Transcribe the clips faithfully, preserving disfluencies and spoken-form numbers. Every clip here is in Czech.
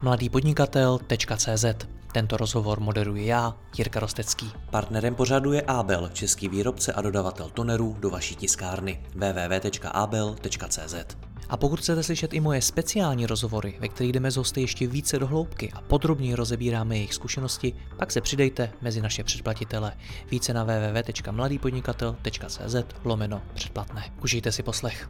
mladý podnikatel tečka cé zet. Tento rozhovor moderuji já, Jirka Rostecký. Partnerem pořadu je Abel, český výrobce a dodavatel tonerů do vaší tiskárny. w w w tečka abel tečka cé zet. A pokud chcete slyšet i moje speciální rozhovory, ve kterých jdeme z hosty ještě více do hloubky a podrobněji rozebíráme jejich zkušenosti, pak se přidejte mezi naše předplatitele. Více na w w w tečka mladý podnikatel tečka cé zet lomeno předplatné. Užijte si poslech.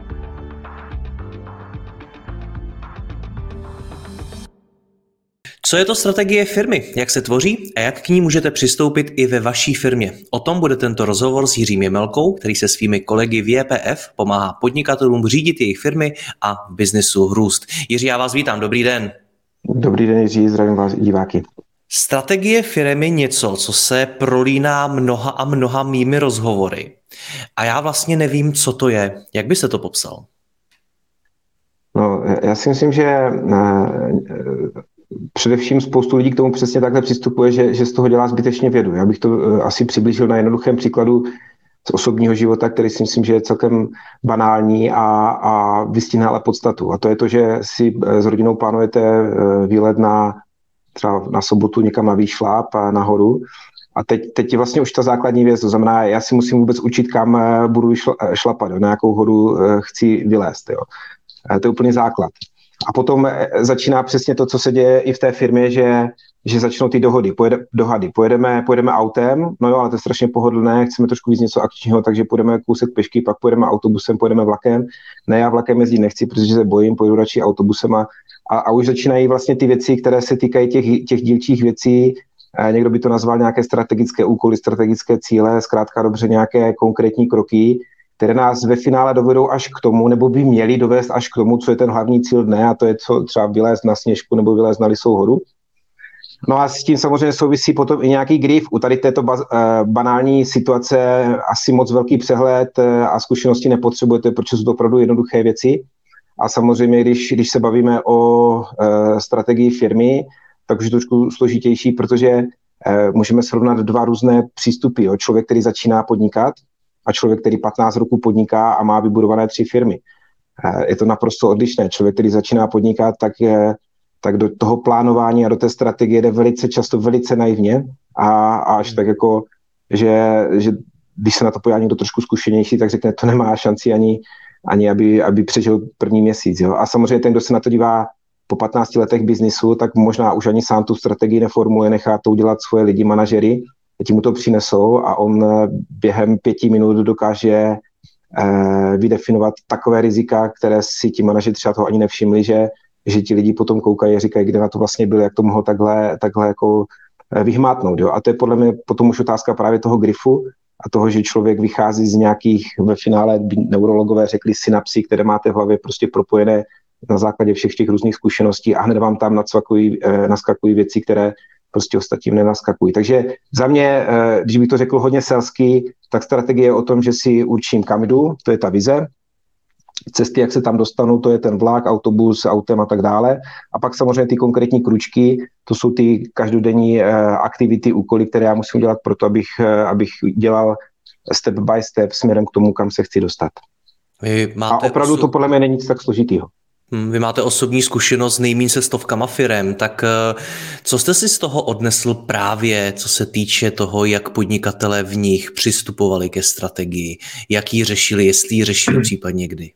Co je to strategie firmy, jak se tvoří a jak k ní můžete přistoupit i ve vaší firmě? O tom bude tento rozhovor s Jiřím Jemelkou, který se svými kolegy v J P F pomáhá podnikatelům řídit jejich firmy a v biznesu růst. Jiří, já vás vítám, dobrý den. Dobrý den, Jiří, zdravím vás diváky. Strategie firmy je něco, co se prolíná mnoha a mnoha mými rozhovory. A já vlastně nevím, co to je. Jak byste to popsal? No, já si myslím, že především spoustu lidí k tomu přesně takhle přistupuje, že, že z toho dělá zbytečně vědu. Já bych to asi přiblížil na jednoduchém příkladu z osobního života, který si myslím, že je celkem banální a, a vystihne ale podstatu. A to je to, že si s rodinou plánujete výlet na třeba na sobotu někam na výšláp a nahoru. A teď, teď je vlastně už ta základní věc, to znamená, já si musím vůbec učit, kam budu šlapat, na jakou horu chci vylézt. Jo. To je úplný základ. A potom začíná přesně to, co se děje i v té firmě, že, že začnou ty dohody, pojede, dohady. Pojedeme, pojedeme autem, no jo, ale to je strašně pohodlné, chceme trošku víc něco akčního, takže půjdeme kousek pěšky, pak pojedeme autobusem, pojedeme vlakem. Ne, já vlakem jezdit nechci, protože se bojím, pojedu radši autobusem a, a, a už začínají vlastně ty věci, které se týkají těch, těch dílčích věcí. Někdo by to nazval nějaké strategické úkoly, strategické cíle, zkrátka dobře nějaké konkrétní kroky, které nás ve finále dovedou až k tomu, nebo by měly dovést až k tomu, co je ten hlavní cíl dne, a to je co, třeba vylézt na Sněžku nebo vylézt na Lisou horu. No a s tím samozřejmě souvisí potom i nějaký grif. U tady této baz, banální situace asi moc velký přehled a zkušenosti nepotřebujete, protože jsou to opravdu jednoduché věci. A samozřejmě, když, když se bavíme o e, strategii firmy, tak už je to trošku složitější, protože e, můžeme srovnat dva různé přístupy. Jo. Člověk, který začíná podnikat, a člověk, který patnáct roků podniká a má vybudované tři firmy. Je to naprosto odlišné. Člověk, který začíná podnikat, tak, je, tak do toho plánování a do té strategie jde velice často velice naivně a, a až tak jako, že, že když se na to podívá někdo trošku zkušenější, tak řekne, to nemá šanci ani, ani aby, aby přežil první měsíc. Jo? A samozřejmě ten, kdo se na to dívá po patnácti letech biznisu, tak možná už ani sám tu strategii neformuluje, nechá to udělat svoje lidi, manažery, ti mu to přinesou a on během pěti minut dokáže eh, vydefinovat takové rizika, které si ti manažeři třeba toho ani nevšimli, že, že ti lidi potom koukají a říkají, kde na to vlastně bylo, jak to mohlo takhle, takhle jako vyhmátnout. Jo? A to je podle mě potom už otázka právě toho grifu a toho, že člověk vychází z nějakých, ve finále neurologové řekli synapsy, které máte v hlavě prostě propojené na základě všech těch různých zkušeností a hned vám tam naskakují, eh, naskakují věci, které prostě ostatním nenaskakují. Takže za mě, když bych to řekl hodně selsky, tak strategie je o tom, že si určím, kam jdu, to je ta vize. Cesty, jak se tam dostanu, to je ten vlak, autobus, autem a tak dále. A pak samozřejmě ty konkrétní kručky, to jsou ty každodenní aktivity, úkoly, které já musím dělat pro to, abych, abych dělal step by step směrem k tomu, kam se chci dostat. Vy máte a opravdu osu... to podle mě není nic tak složitýho. Vy máte osobní zkušenost nejmíň se stovkama firem, tak co jste si z toho odnesl právě, co se týče toho, jak podnikatelé v nich přistupovali ke strategii, jak ji řešili, jestli ji řešili případně kdy?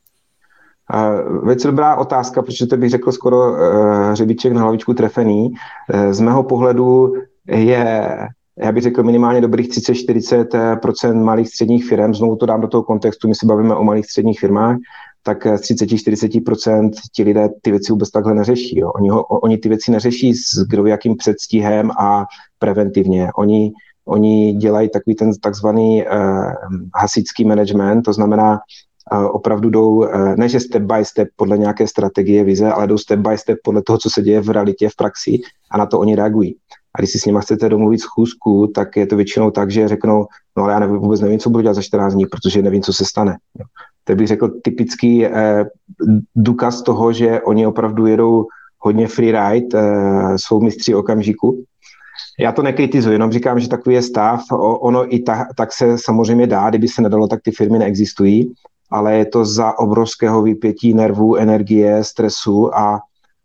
Velice dobrá otázka, protože to bych řekl skoro hřebíček na hlavičku trefený. Z mého pohledu je, já bych řekl minimálně dobrých třicet až čtyřicet procent malých středních firm, znovu to dám do toho kontextu, my se bavíme o malých středních firmách, tak z třicet až čtyřicet procent ti lidé ty věci vůbec takhle neřeší. Jo. Oni, ho, oni ty věci neřeší s kdo jakým předstihem a preventivně. Oni, oni dělají takový ten takzvaný uh, hasičský management, to znamená uh, opravdu jdou, uh, ne že step by step podle nějaké strategie, vize, ale jdou step by step podle toho, co se děje v realitě, v praxi a na to oni reagují. A když si s nimi chcete domluvit schůzku, tak je to většinou tak, že řeknou, no ale já nevím, vůbec nevím, co budu dělat za čtrnáct dní, protože nevím, co se stane. Jo. To bych řekl typický eh, důkaz toho, že oni opravdu jedou hodně freeride, eh, jsou mistři okamžiku. Já to nekritizuji, jenom říkám, že takový je stav. O, ono i ta, tak se samozřejmě dá, kdyby se nedalo, tak ty firmy neexistují, ale je to za obrovského vypětí nervů, energie, stresu a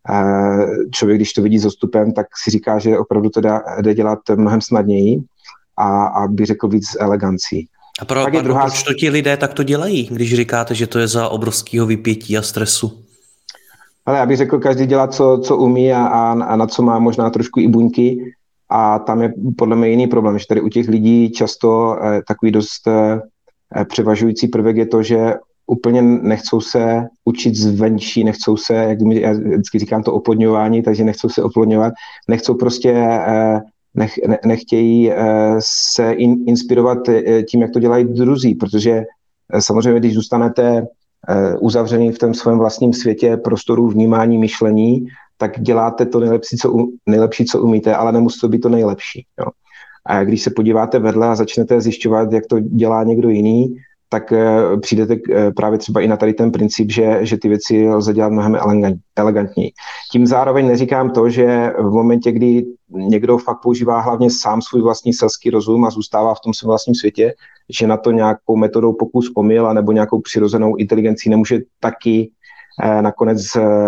člověk, když to vidí s odstupem, tak si říká, že opravdu to jde dělat mnohem snadněji a, a bych řekl víc elegancí. A pro, pak je druhá... proč to ti lidé tak to dělají, když říkáte, že to je za obrovského vypětí a stresu? Ale já bych řekl, každý dělá, co, co umí a, a, a na co má možná trošku i buňky. A tam je podle mě jiný problém, že tady u těch lidí často eh, takový dost eh, převažující prvek je to, že úplně nechcou se učit zvenčí, nechcou se, jak mi, já vždycky říkám to oplodňování, takže nechcou se oplodňovat, nechcou prostě, eh, nech, ne, nechtějí eh, se in, inspirovat eh, tím, jak to dělají druzí, protože eh, samozřejmě, když zůstanete eh, uzavřený v tom svém vlastním světě prostoru vnímání, myšlení, tak děláte to nejlepší, co, um, nejlepší, co umíte, ale nemusí to být to nejlepší. Jo. A když se podíváte vedle a začnete zjišťovat, jak to dělá někdo jiný, tak uh, přijdete uh, právě třeba i na tady ten princip, že, že ty věci lze dělat mnohem elegantněji. Tím zároveň neříkám to, že v momentě, kdy někdo fakt používá hlavně sám svůj vlastní selský rozum a zůstává v tom svém vlastním světě, že na to nějakou metodou pokus omyl nebo nějakou přirozenou inteligencí nemůže taky nakonec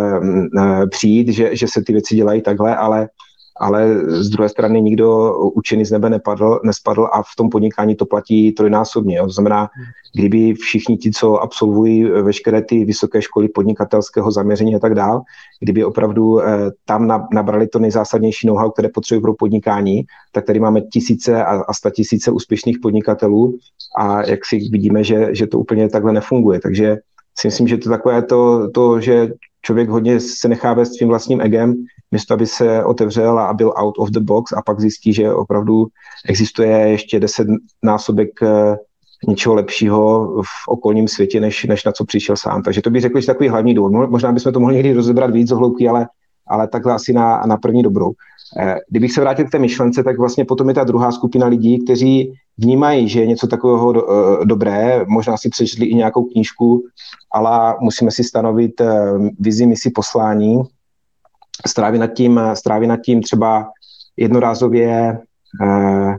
přijít, že, že se ty věci dělají takhle, ale, ale z druhé strany nikdo učený z nebe nepadl, nespadl a v tom podnikání to platí trojnásobně. Jo. To znamená, kdyby všichni ti, co absolvují veškeré ty vysoké školy podnikatelského zaměření a tak dál, kdyby opravdu tam nabrali to nejzásadnější know-how, které potřebují pro podnikání, tak tady máme tisíce a sta tisíce úspěšných podnikatelů a jak si vidíme, že, že to úplně takhle nefunguje. Takže si myslím, že to takové to, to, že člověk hodně se nechá vést svým vlastním egem, místo aby se otevřel a byl out of the box a pak zjistí, že opravdu existuje ještě deset násobek něčeho lepšího v okolním světě, než, než na co přišel sám. Takže to bych řekl, že takový hlavní důvod. Možná bychom to mohli někdy rozebrat víc do hloubky, ale, ale takhle asi na, na první dobrou. Kdybych se vrátil k té myšlence, tak vlastně potom je ta druhá skupina lidí, kteří vnímají, že je něco takového do, dobré, možná si přečetli i nějakou knížku, ale musíme si stanovit vizi, misi, poslání, strávit nad tím, strávit nad tím třeba jednorázově eh,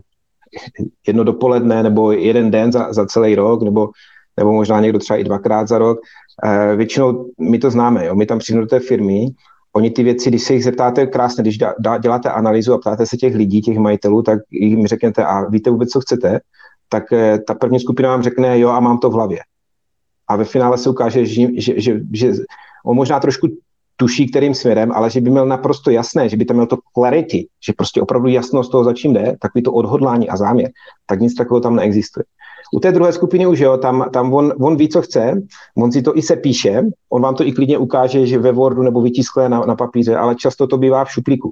jedno dopoledne nebo jeden den za, za celý rok, nebo, nebo možná někdo třeba i dvakrát za rok. Eh, většinou my to známe, jo? My tam přijdeme do té firmy, oni ty věci, když se jich zeptáte krásně, když da, da, děláte analýzu a ptáte se těch lidí, těch majitelů, tak jim řeknete, a víte vůbec, co chcete, tak eh, ta první skupina vám řekne, jo, a mám to v hlavě. A ve finále se ukáže, že, že, že, že on možná trošku tuší, kterým směrem, ale že by měl naprosto jasné, že by tam měl to clarity, že prostě opravdu jasnost toho, za čím jde, takový to odhodlání a záměr, tak nic takového tam neexistuje. U té druhé skupiny už jo, tam, tam on, on ví, co chce, on si to i se píše, on vám to i klidně ukáže, že ve Wordu nebo vytiskle na, na papíře, ale často to bývá v šuplíku.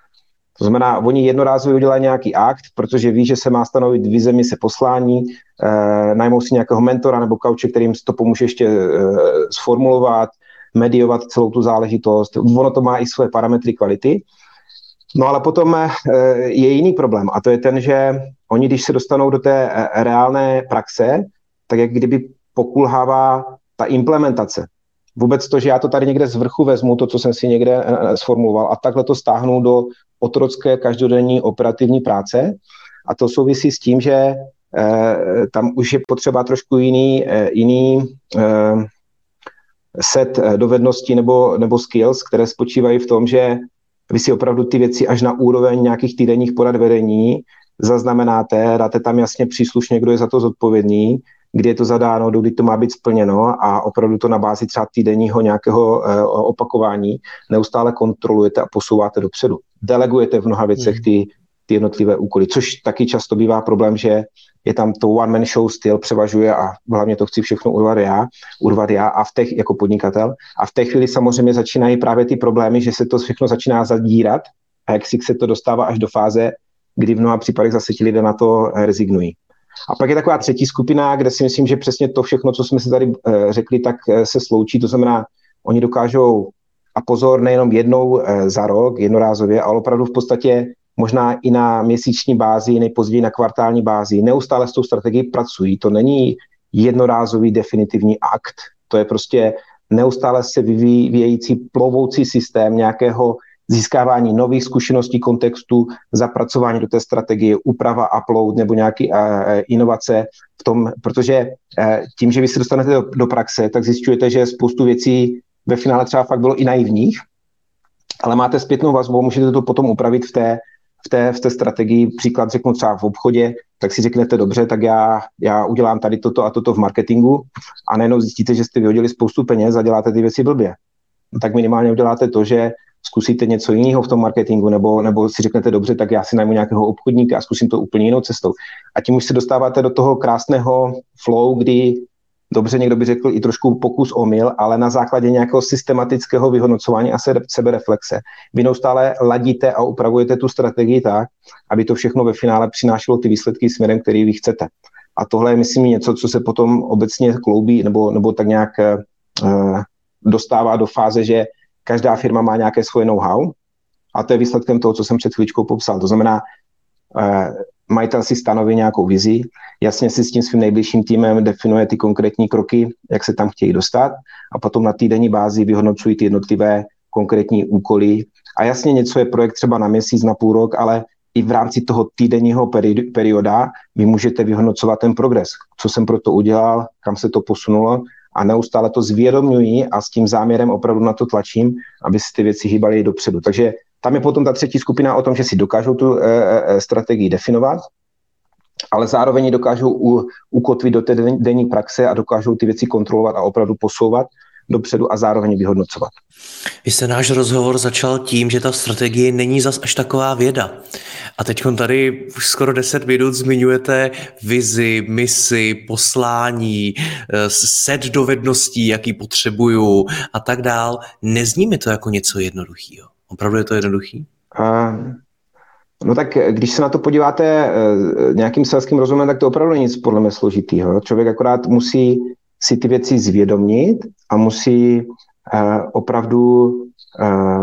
To znamená, oni jednorázově udělají nějaký akt, protože ví, že se má stanovit vize, mise, poslání, eh, najmou si nějakého mentora nebo kauče, kterým to pomůže ještě eh, sformulovat, mediovat celou tu záležitost. Ono to má i své parametry kvality. No ale potom eh, je jiný problém a to je ten, že oni, když se dostanou do té eh, reálné praxe, tak jak kdyby pokulhává ta implementace. Vůbec to, že já to tady někde z vrchu vezmu, to, co jsem si někde eh, sformuloval a takhle to stáhnu do otrocké každodenní operativní práce a to souvisí s tím, že eh, tam už je potřeba trošku jiný, eh, jiný eh, set dovedností nebo, nebo skills, které spočívají v tom, že vy si opravdu ty věci až na úroveň nějakých týdenních porad vedení zaznamenáte, dáte tam jasně příslušně, kdo je za to zodpovědný, kdy je to zadáno, kdy to má být splněno a opravdu to na bázi třeba týdenního nějakého uh, opakování neustále kontrolujete a posouváte dopředu. Delegujete v mnoha věcech ty, ty jednotlivé úkoly, což taky často bývá problém, že je tam to one man show styl převažuje a hlavně to chci všechno urvat já, urvat já a v těch jako podnikatel. A v té chvíli samozřejmě začínají právě ty problémy, že se to všechno začíná zadírat a jak si se to dostává až do fáze, kdy v mnoha případech zase ti lidé na to rezignují. A pak je taková třetí skupina, kde si myslím, že přesně to všechno, co jsme si tady řekli, tak se sloučí. To znamená, oni dokážou, a pozor, nejenom jednou za rok, jednorázově, ale opravdu v podstatě možná i na měsíční bázi, nejpozději na kvartální bázi, neustále s tou strategií pracují. To není jednorázový definitivní akt, to je prostě neustále se vyvíjející plovoucí systém nějakého získávání nových zkušeností, kontextu, zapracování do té strategie, úprava, upload nebo nějaké uh, inovace v tom, protože uh, tím, že vy se dostanete do, do praxe, tak zjišťujete, že spoustu věcí ve finále třeba fakt bylo i naivních ale máte zpětnou vazbu, můžete to potom upravit v té, v té, v té strategii. Příklad řeknu třeba v obchodě, tak si řeknete dobře, tak já, já udělám tady toto a toto v marketingu a najednou zjistíte, že jste vyhodili spoustu peněz a děláte ty věci blbě. No, tak minimálně uděláte to, že zkusíte něco jiného v tom marketingu, nebo, nebo si řeknete dobře, tak já si najmu nějakého obchodníka a zkusím to úplně jinou cestou. A tím už se dostáváte do toho krásného flow, kdy dobře, někdo by řekl i trošku pokus omyl, ale na základě nějakého systematického vyhodnocování a sebereflexe. Vy neustále ladíte a upravujete tu strategii tak, aby to všechno ve finále přinášelo ty výsledky směrem, který vy chcete. A tohle je, myslím, něco, co se potom obecně kloubí nebo, nebo tak nějak uh, dostává do fáze, že každá firma má nějaké svoje know-how a to je výsledkem toho, co jsem před chvíličkou popsal. To znamená, uh, majitel si stanoví nějakou vizi, jasně si s tím svým nejbližším týmem definuje ty konkrétní kroky, jak se tam chtějí dostat a potom na týdenní bázi vyhodnocují ty jednotlivé konkrétní úkoly a jasně něco je projekt třeba na měsíc, na půl rok, ale i v rámci toho týdenního peri- perioda vy můžete vyhodnocovat ten progres, co jsem pro to udělal, kam se to posunulo a neustále to zvědomňuji a s tím záměrem opravdu na to tlačím, aby si ty věci hýbaly dopředu. Takže tam je potom ta třetí skupina o tom, že si dokážou tu e, strategii definovat, ale zároveň dokážou u, ukotvit do té denní praxe a dokážou ty věci kontrolovat a opravdu posouvat dopředu a zároveň vyhodnocovat. Vy jste náš rozhovor začal tím, že ta strategie není zas až taková věda. A teď tady už skoro deset minut zmiňujete vizi, misi, poslání, set dovedností, jaký potřebuju a tak dál. Nezní mi to jako něco jednoduchého. Opravdu je to jednoduchý? Uh, no tak když se na to podíváte uh, nějakým selským rozumem, tak to opravdu není nic podle mě složitýho. Člověk akorát musí si ty věci zvědomit a musí uh, opravdu uh,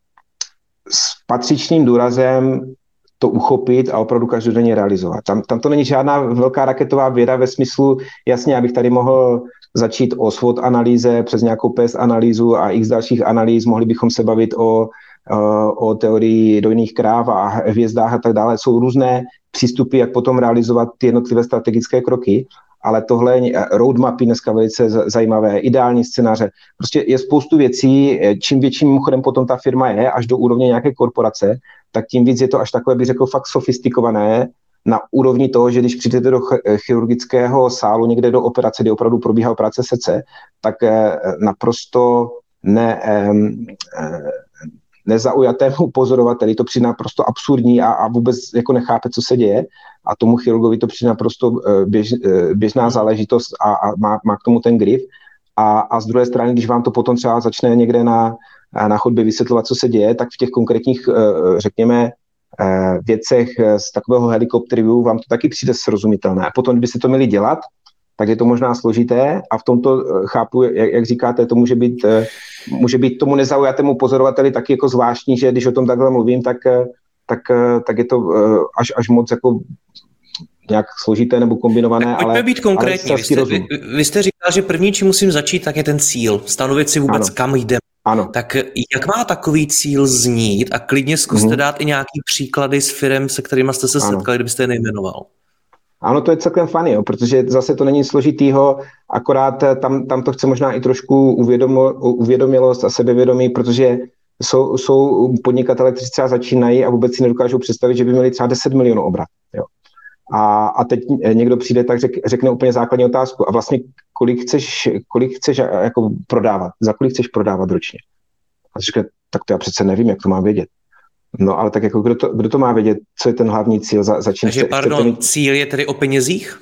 s patřičným důrazem to uchopit a opravdu každodenně realizovat. Tam, tam to není žádná velká raketová věda ve smyslu, jasně, abych tady mohl začít o SWOT analýze přes nějakou P E S analýzu a x dalších analýz, mohli bychom se bavit o, o teorii dojných kráv a hvězdách a tak dále. Jsou různé přístupy, jak potom realizovat ty jednotlivé strategické kroky, ale tohle roadmapy dneska velice zajímavé, ideální scénáře. Prostě je spoustu věcí, čím větším mimochodem potom ta firma je, až do úrovně nějaké korporace, tak tím víc je to až takové, bych řekl, fakt sofistikované na úrovni toho, že když přijdete do chirurgického sálu, někde do operace, kdy opravdu probíhá operace srdce, tak naprosto ne, nezaujatému pozorovateli to přijde naprosto absurdní a, a vůbec jako nechápe, co se děje. A tomu chirurgovi to přijde naprosto běž, běžná záležitost a, a má, má k tomu ten grif. A, a z druhé strany, když vám to potom třeba začne někde na, na chodbě vysvětlovat, co se děje, tak v těch konkrétních, řekněme, věcech z takového helikopteru vám to taky přijde srozumitelné. A potom, kdybyste to měli dělat, tak je to možná složité a v tomto chápu, jak, jak říkáte, to může být, může být tomu nezaujatému pozorovateli taky jako zvláštní, že když o tom takhle mluvím, tak, tak, tak je to až, až moc jako nějak složité nebo kombinované. Tak pojďme ale být konkrétní. Vy jste, vy, vy jste říkal, že první, čím musím začít, tak je ten cíl. Stanovit si vůbec, ano. kam jdeme. Ano. Tak jak má takový cíl znít a klidně zkuste mm. dát i nějaký příklady s firem, se kterými jste se ano. setkali, kdybyste je nejmenoval. Ano, to je celkem funny, jo, protože zase to není složitýho, akorát tam, tam to chce možná i trošku uvědomo, uvědomělost a sebevědomí, protože jsou, jsou podnikatelé, kteří třeba začínají a vůbec si nedokážou představit, že by měli třeba deset milionů obrat. Jo. A, a teď někdo přijde, tak řek, řekne úplně základní otázku. A vlastně kolik chceš, kolik chceš jako prodávat? Za kolik chceš prodávat ročně? A řekne, tak to já přece nevím, jak to mám vědět. No ale tak jako kdo to, kdo to má vědět, co je ten hlavní cíl? Za, za čím Takže chce, pardon, mít... cíl je tedy o penězích?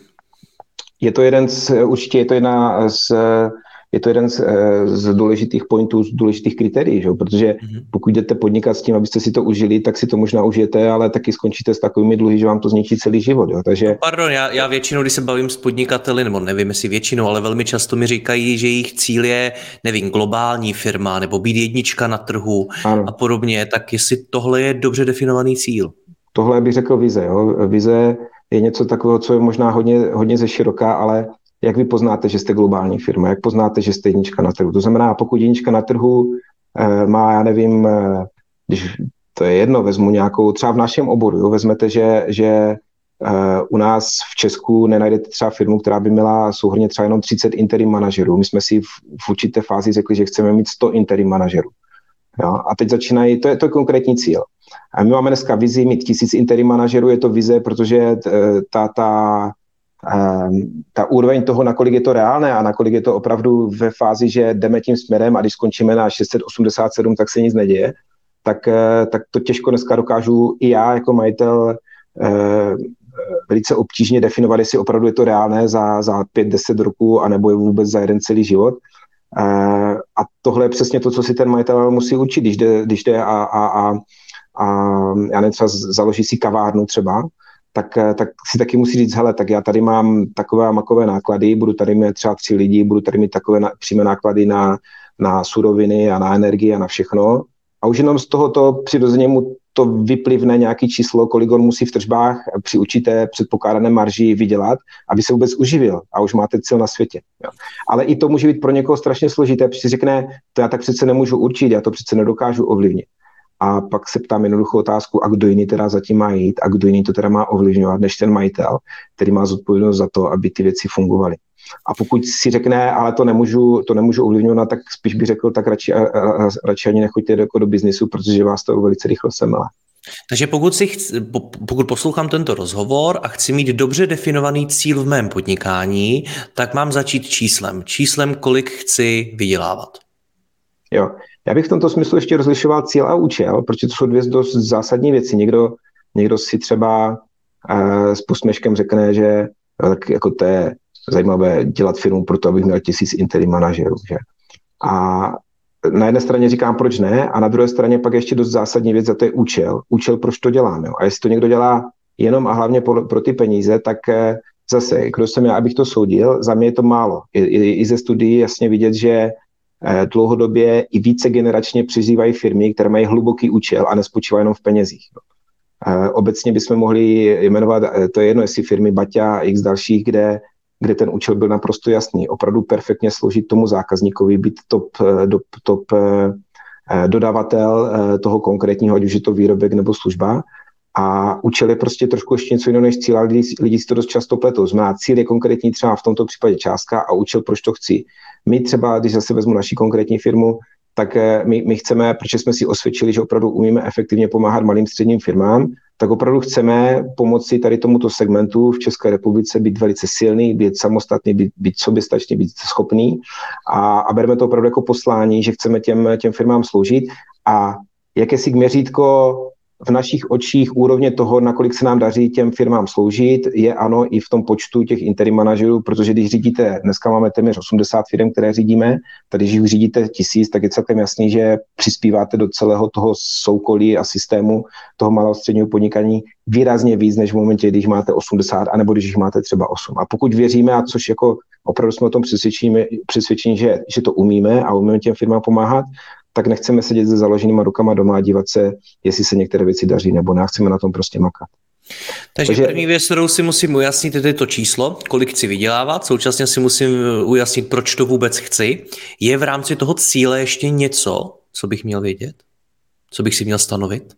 Je to jeden z, určitě je to jedna z, je to jeden z, z důležitých pointů, z důležitých kritérií, že? Protože mm-hmm. pokud jdete podnikat s tím, abyste si to užili, tak si to možná užijete, ale taky skončíte s takovými dluhy, že vám to zničí celý život. Jo? Takže... No, pardon, já, já většinou, když se bavím s podnikateli, nebo nevím, jestli většinou, ale velmi často mi říkají, že jejich cíl je, nevím, globální firma, nebo být jednička na trhu ano. a podobně, tak jestli tohle je dobře definovaný cíl. Tohle bych řekl vize. Jo? Vize je něco takového, co je možná hodně, hodně ze široká, ale jak vy poznáte, že jste globální firma? Jak poznáte, že jste jednička na trhu? To znamená, pokud jednička na trhu eh, má, já nevím, eh, když to je jedno, vezmu nějakou, třeba v našem oboru, jo, vezmete, že, že eh, u nás v Česku nenajdete třeba firmu, která by měla souhrnně třeba jenom třicet interim manažerů. My jsme si v, v určité fázi řekli, že chceme mít sto interim manažerů. Jo? A teď začínají, to je, to je konkrétní cíl. A my máme dneska vizi mít tisíc interim manažerů, je to vize, protože ta, ta, ta úroveň toho, nakolik je to reálné a nakolik je to opravdu ve fázi, že jdeme tím směrem a když skončíme na šest set osmdesát sedm, tak se nic neděje, tak, tak to těžko dneska dokážu i já jako majitel velice obtížně definovat, jestli opravdu je to reálné za, za pět deset roků, anebo je vůbec za jeden celý život. A tohle je přesně to, co si ten majitel musí učit, když jde, když jde a, a, a, a já nevím, třeba založí si kavárnu třeba, tak, tak si taky musí říct, hele, tak já tady mám takové a makové náklady, budu tady mít třeba tři lidi, budu tady mít takové na, přímé náklady na, na suroviny a na energii a na všechno. A už jenom z tohoto přirozeně mu to vyplivne nějaký číslo, kolik on musí v tržbách při určité předpokládané marži vydělat, aby se vůbec uživil a už máte cíl na světě. Jo. Ale i to může být pro někoho strašně složité, protože si řekne, to já tak přece nemůžu určit, já to přece nedokážu ovlivnit. A pak se ptám jednoduchou otázku, a kdo jiný teda zatím má jít a kdo jiný to teda má ovlivňovat, než ten majitel, který má zodpovědnost za to, aby ty věci fungovaly. A pokud si řekne, ale to nemůžu, to nemůžu ovlivňovat, tak spíš bych řekl, tak radši, a, a, radši ani nechoďte do, do biznisu, protože vás to velice rychle semele. Takže pokud, si chci, pokud poslouchám tento rozhovor a chci mít dobře definovaný cíl v mém podnikání, tak mám začít číslem. Číslem, kolik chci vydělávat. Jo, já bych v tomto smyslu ještě rozlišoval cíl a účel, protože to jsou dvě dost zásadní věci. Někdo, někdo si třeba uh, s posměškem řekne, že tak jako to je zajímavé dělat firmu proto, abych měl tisíc interim manažerů. Že? A na jedné straně říkám, proč ne, a na druhé straně pak ještě dost zásadní věc, a to je účel. Účel, proč to děláme. A jestli to někdo dělá jenom a hlavně pro, pro ty peníze, tak zase, kdo jsem já, abych to soudil, za mě je to málo. I, i, i ze studií jasně vidět, že dlouhodobě i více generačně přežívají firmy, které mají hluboký účel a nespočívají jenom v penězích. Obecně bychom mohli jmenovat, to je jedno, jestli firmy Baťa a x dalších, kde kde ten účel byl naprosto jasný. Opravdu perfektně sloužit tomu zákazníkovi, být top, top, top dodavatel toho konkrétního, ať už je to výrobek nebo služba. A účel je prostě trošku ještě něco jiného než cíl, ale lidi, lidi si to dost často pletou. Znamená, cíl je konkrétní třeba v tomto případě částka a účel, proč to chci. My třeba, když zase vezmu naši konkrétní firmu, tak my, my chceme, protože jsme si osvědčili, že opravdu umíme efektivně pomáhat malým středním firmám, tak opravdu chceme pomoci tady tomuto segmentu v České republice být velice silný, být samostatný, být, být soběstačný, být schopný a, a bereme to opravdu jako poslání, že chceme těm, těm firmám sloužit a jakési měřítko v našich očích úrovně toho, nakolik se nám daří těm firmám sloužit, je ano i v tom počtu těch interim manažerů, protože když řídíte, dneska máme téměř osmdesát firm, které řídíme, tady když řídíte tisíc, tak je celkem jasný, že přispíváte do celého toho soukolí a systému toho malého středního podnikání výrazně víc, než v momentě, když máte osmdesát, anebo když jich máte třeba osm. A pokud věříme, a což jako opravdu jsme o tom přesvědčení, přesvědčení že, že to umíme a umíme těm firmám pomáhat, tak nechceme sedět se založenýma rukama doma a dívat se, jestli se některé věci daří, nebo ne, chceme na tom prostě makat. Takže, Takže první věc, kterou si musím ujasnit, je to číslo, kolik chci vydělávat, současně si musím ujasnit, proč to vůbec chci. Je v rámci toho cíle ještě něco, co bych měl vědět? Co bych si měl stanovit?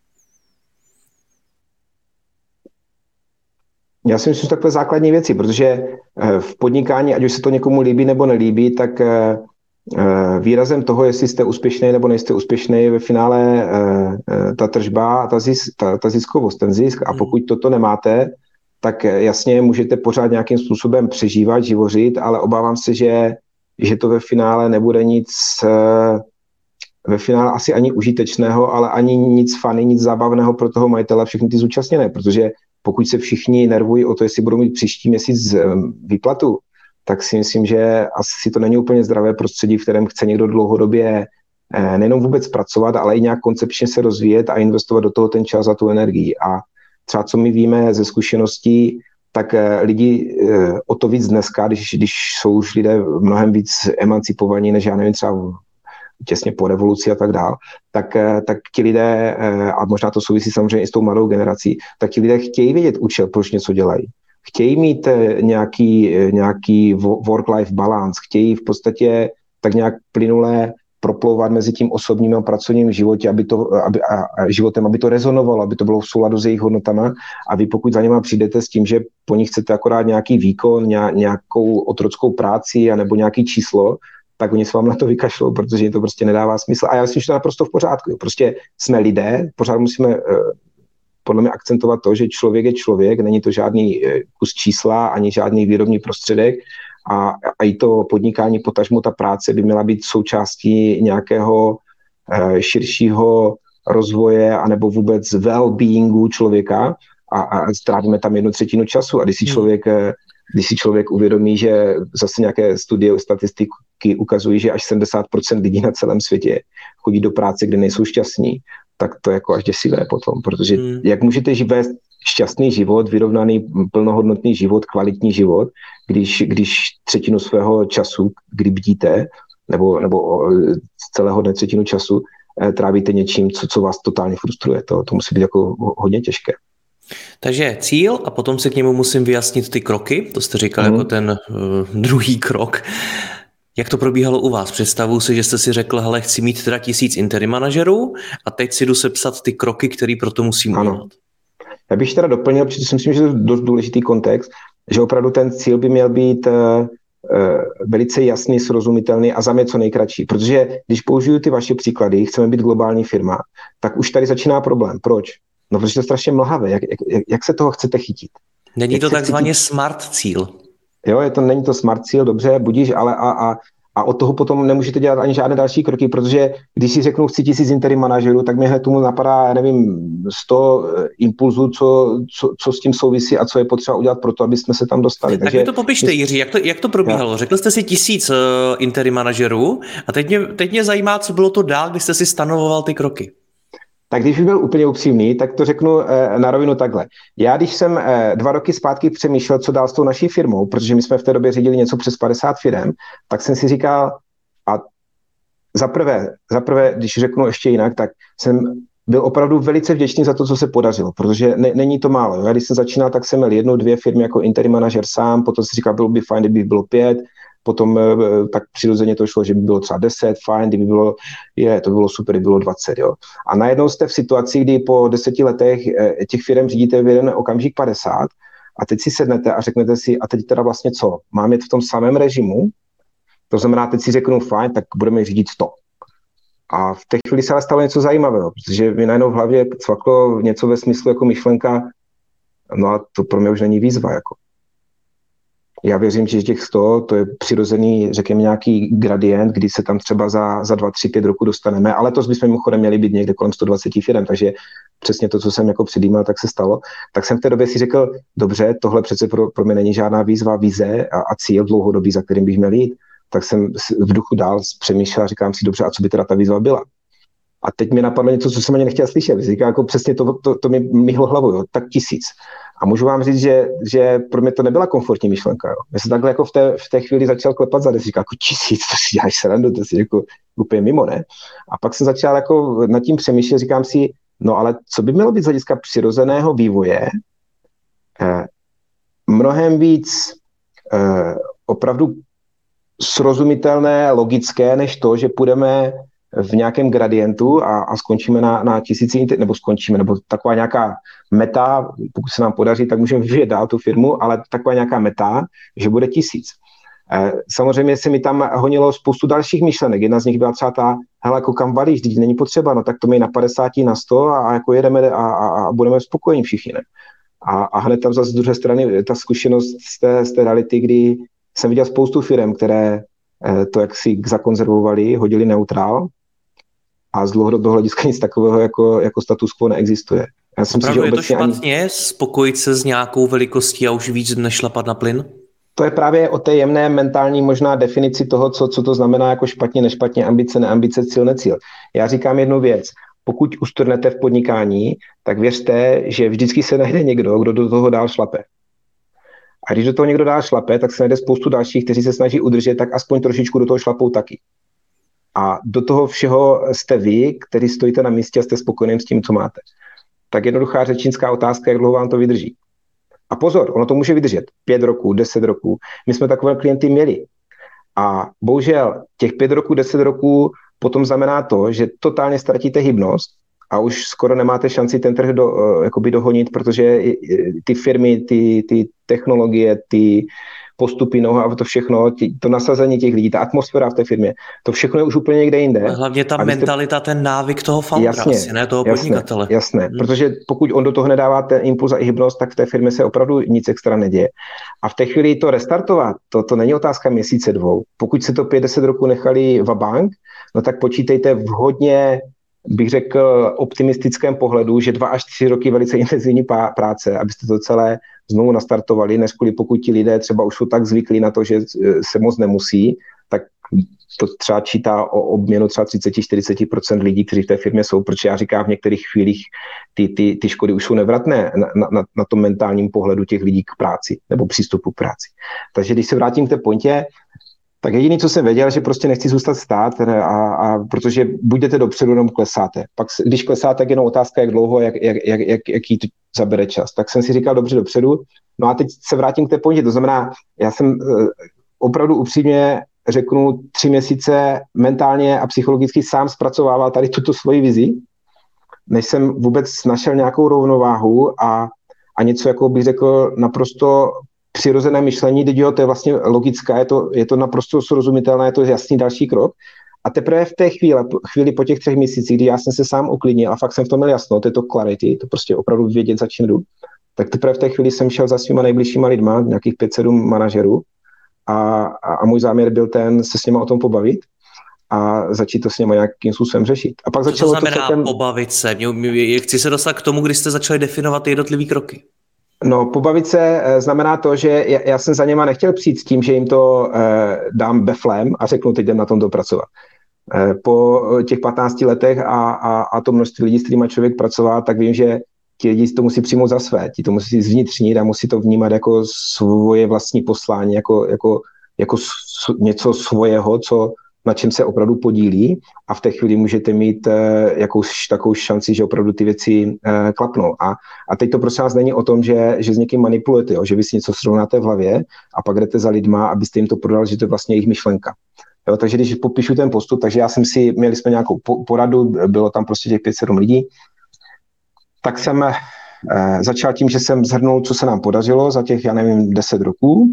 Já si myslím, že takové základní věci, protože v podnikání, ať už se to někomu líbí nebo nelíbí, tak výrazem toho, jestli jste úspěšný nebo nejste úspěšný, je ve finále ta tržba a ta, zisk, ta, ta ziskovost, ten zisk. A pokud toto nemáte, tak jasně můžete pořád nějakým způsobem přežívat, živořit, ale obávám se, že, že to ve finále nebude nic, ve finále asi ani užitečného, ale ani nic funny, nic zábavného pro toho majitele, všechny ty zúčastněné, protože pokud se všichni nervují o to, jestli budou mít příští měsíc výplatu, tak si myslím, že asi to není úplně zdravé prostředí, v kterém chce někdo dlouhodobě nejenom vůbec pracovat, ale i nějak koncepčně se rozvíjet a investovat do toho ten čas a tu energii. A třeba co my víme ze zkušeností, tak lidi o to víc dneska, když, když jsou už lidé mnohem víc emancipovaní, než já nevím, třeba těsně po revoluci a tak dál, tak, tak ti lidé, a možná to souvisí samozřejmě i s tou mladou generací, tak ti lidé chtějí vědět účel, proč něco dělají. Chtějí mít nějaký, nějaký work-life balance, chtějí v podstatě tak nějak plynule proplouvat mezi tím osobním a pracovním životě, aby to, aby, a, a životem, aby to rezonovalo, aby to bylo v souladu s jejich hodnotama. A vy pokud za nima přijdete s tím, že po nich chcete akorát nějaký výkon, nějakou otrockou práci anebo nějaký číslo, tak oni se vám na to vykašlou, protože jim to prostě nedává smysl. A já myslím, že to je naprosto v pořádku. Jo. Prostě jsme lidé, pořád musíme uh, podle mě akcentovat to, že člověk je člověk, není to žádný uh, kus čísla, ani žádný výrobní prostředek a, a i to podnikání, potažmo ta práce by měla být součástí nějakého uh, širšího rozvoje anebo vůbec well-beingu člověka a, a strávíme tam jednu třetinu času. A když si člověk, když si člověk uvědomí, že zase nějaké studie, statistiky ukazují, že až sedmdesát procent lidí na celém světě chodí do práce, kde nejsou šťastní, tak to je jako až děsivé potom, protože hmm. jak můžete žít šťastný život, vyrovnaný, plnohodnotný život, kvalitní život, když, když třetinu svého času, kdy bdíte, nebo, nebo z celého dne třetinu času trávíte něčím, co, co vás totálně frustruje. To, to musí být jako hodně těžké. Takže cíl a potom si k němu musím vyjasnit ty kroky. To jste říkal mm. jako ten uh, druhý krok. Jak to probíhalo u vás? Představuji si, že jste si řekl, hele, chci mít teda tisíc interim manažerů a teď si jdu sepsat ty kroky, které pro to musím udělat. Já bych teda doplnil, protože si myslím, že to je dost důležitý kontext, že opravdu ten cíl by měl být uh, velice jasný, srozumitelný a za mě co nejkratší. Protože když použiju ty vaše příklady, chceme být globální firma, tak už tady začíná problém. Proč? No, protože to je strašně mlhavé. Jak, jak, jak se toho chcete chytit? Není jak to takzvaně chytit? Smart cíl. Jo, je to, není to smart cíl, dobře, budíš, ale a, a, a od toho potom nemůžete dělat ani žádné další kroky, protože když si řeknu chci tisíc interim manažerů, tak mě tomu napadá, já nevím, sto impulzů, co, co, co s tím souvisí a co je potřeba udělat pro to, aby jsme se tam dostali. Tak Takže, mi to popište, Jiří, jak to, jak to probíhalo? Já. Řekl jste si tisíc uh, interim manažerů a teď mě, teď mě zajímá, co bylo to dál, když jste si stanovoval ty kroky. Tak když bych byl úplně upřímný, tak to řeknu eh, na rovinu takhle. Já když jsem eh, dva roky zpátky přemýšlel, co dál s tou naší firmou, protože my jsme v té době řídili něco přes padesát firem, tak jsem si říkal, a zaprvé, zaprvé, když řeknu ještě jinak, tak jsem byl opravdu velice vděčný za to, co se podařilo, protože ne, není to málo. Já když jsem začínal, tak jsem měl jednu, dvě firmy jako interim manažer sám, potom si říkal, bylo by fajn, kdyby bylo pět, potom tak přirozeně to šlo, že by bylo třeba deset, fajn, kdyby bylo, je, to bylo super, kdyby bylo dvacet, jo. A najednou jste v situaci, kdy po deseti letech těch firm řídíte v jeden okamžik padesát a teď si sednete a řeknete si, a teď teda vlastně co? Mám jet v tom samém režimu? To znamená, teď si řeknu, fajn, tak budeme řídit sto. A v té chvíli se ale stalo něco zajímavého, protože mi najednou v hlavě cvaklo něco ve smyslu jako myšlenka, no a to pro mě už není výzva, jako. Já věřím, že těch sto, to je přirozený, řekněme, nějaký gradient, kdy se tam třeba za, za dva, tři, pět roku dostaneme, ale to bychom mimochodem měli být někde kolem sto dvacet firem, takže přesně to, co jsem jako předjímal, tak se stalo. Tak jsem v té době si řekl, dobře, tohle přece pro, pro mě není žádná výzva, vize a, a cíl dlouhodobý, za kterým bych měl jít. Tak jsem v duchu dál přemýšlel a říkám si, dobře, a co by teda ta výzva byla? A teď mi napadlo něco, co jsem ani nechtěl slyšet. Říkám, jako přesně to, to, to mi myhlo hlavou, jo, tak tisíc. A můžu vám říct, že, že pro mě to nebyla komfortní myšlenka. Jo. Já jsem takhle jako v té, v té chvíli začal klepat za říkal, jako tisíc, to si děláš srandu, to si jako úplně mimo, ne? A pak jsem začal jako nad tím přemýšlet, říkám si, no ale co by mělo být z hlediska přirozeného vývoje eh, mnohem víc eh, opravdu srozumitelné, logické, než to, že půjdeme v nějakém gradientu a, a skončíme na, na tisíci, nebo skončíme, nebo taková nějaká meta, pokud se nám podaří, tak můžeme vyvíjet dál tu firmu, ale taková nějaká meta, že bude tisíc. E, samozřejmě se mi tam honilo spoustu dalších myšlenek. Jedna z nich byla třeba ta, hele, jako kam valíš, když není potřeba, no tak to mi na padesát, na sto a, a jako jedeme a, a, a budeme spokojení všichni, ne? A, a hned tam zase z druhé strany ta zkušenost z té, z té reality, kdy jsem viděl spoustu firem, které e, to jaksi zakonzervovali, hodili neutrál, a z dlouhodobého hlediska nic takového jako, jako status quo neexistuje. Já jsem si, že je to špatně ani... spokojit se s nějakou velikostí a už víc nešlapat na plyn? To je právě o té jemné mentální možná definici toho, co, co to znamená jako špatně, nešpatně, ambice, neambice, cíl, necíl. Já říkám jednu věc. Pokud ustrnete v podnikání, tak věřte, že vždycky se najde někdo, kdo do toho dál šlape. A když do toho někdo dál šlape, tak se najde spoustu dalších, kteří se snaží udržet, tak aspoň trošičku do toho šlapou taky. A do toho všeho jste vy, kteří stojíte na místě a jste spokojeným s tím, co máte. Tak jednoduchá řečnická otázka, jak dlouho vám to vydrží. A pozor, ono to může vydržet pět roků, deset roků. My jsme takové klienty měli. A bohužel těch pět roků, deset roků potom znamená to, že totálně ztratíte hybnost a už skoro nemáte šanci ten trh do, jakoby dohonit, protože ty firmy, ty, ty technologie, ty postupy, no a to všechno, to nasazení těch lidí, ta atmosféra v té firmě, to všechno je už úplně někde jinde. Ale hlavně ta jste... mentalita, ten návyk toho foundera, jasně, asi, ne toho jasné, podnikatele. Jasné, hmm. protože pokud on do toho nedává ten impuls a hybnost, tak v té firmě se opravdu nic extra neděje. A v té chvíli to restartovat, to, to není otázka měsíce dvou. Pokud se to pět deset roků nechali v bank, no tak počítejte v hodně, bych řekl, optimistickém pohledu, že dva až tři roky velice intenzivní práce, abyste to celé znovu nastartovali, než kvůli pokud ti lidé třeba už jsou tak zvyklí na to, že se moc nemusí, tak to třeba čítá o obměnu třeba třicet až čtyřicet procent lidí, kteří v té firmě jsou, protože já říkám, v některých chvílích ty, ty, ty škody už jsou nevratné na, na, na tom mentálním pohledu těch lidí k práci nebo přístupu k práci. Takže když se vrátím k té pointě, tak jediný, co jsem věděl, že prostě nechci zůstat stát, a, a protože buď jdete dopředu, nebo klesáte. Pak, když klesáte, tak jenom otázka, jak dlouho, jak, jak, jak, jak, jaký to zabere čas. Tak jsem si říkal dobře dopředu. No a teď se vrátím k té pointě. To znamená, já jsem uh, opravdu upřímně řeknu tři měsíce mentálně a psychologicky sám zpracovával tady tuto svoji vizi, než jsem vůbec našel nějakou rovnováhu a, a něco, jako bych řekl, naprosto přirozené myšlení, teď jo, to je vlastně logická, je to, je to naprosto srozumitelné, je to jasný další krok. A teprve v té chvíli, chvíli po těch třech měsících, kdy já jsem se sám uklidnil a fakt jsem v tom měl jasno, to je to clarity, to prostě opravdu vědět, za čím jdu, tak teprve v té chvíli jsem šel za svýma nejbližšíma lidma, nějakých pět sedm manažerů a, a, a můj záměr byl ten se s nima o tom pobavit a začít to s nimi nějakým způsobem řešit. A pak Co začalo to znamená to celkem... pobavit se? Chci se dostat k tomu, kdy jste začali definovat ty jednotlivý kroky. No, pobavit se znamená to, že já, já jsem za něma nechtěl přijít s tím, že jim to eh, dám beflem a řeknu, teď jdem na tom dopracovat. Eh, po těch patnácti letech a, a, a to množství lidí, s kterými člověk pracoval, tak vím, že ti lidi to musí přijmout za své, ti to musí zvnitřnit a musí to vnímat jako svoje vlastní poslání, jako, jako, jako něco svojeho, co na čem se opravdu podílí a v té chvíli můžete mít uh, jakouž takovou šanci, že opravdu ty věci uh, klapnou. A, a teď to prosím vás není o tom, že, že s někým manipulujete, jo? Že vy si něco srovnáte v hlavě a pak jdete za lidma, abyste jim to prodali, že to je vlastně jejich myšlenka. Jo? Takže když popíšu ten postup, takže já jsem si, měli jsme nějakou poradu, bylo tam prostě těch pět sedm lidí, tak jsem uh, začal tím, že jsem shrnul, co se nám podařilo za těch, já nevím, deset roků,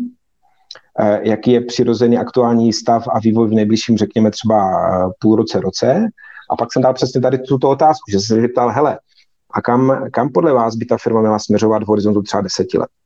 jaký je přirozený aktuální stav a vývoj v nejbližším, řekněme třeba půl roce, roce. A pak jsem dal přesně tady tuto otázku, že jsem se zeptal, hele, a kam, kam podle vás by ta firma měla směřovat v horizontu třeba deseti let?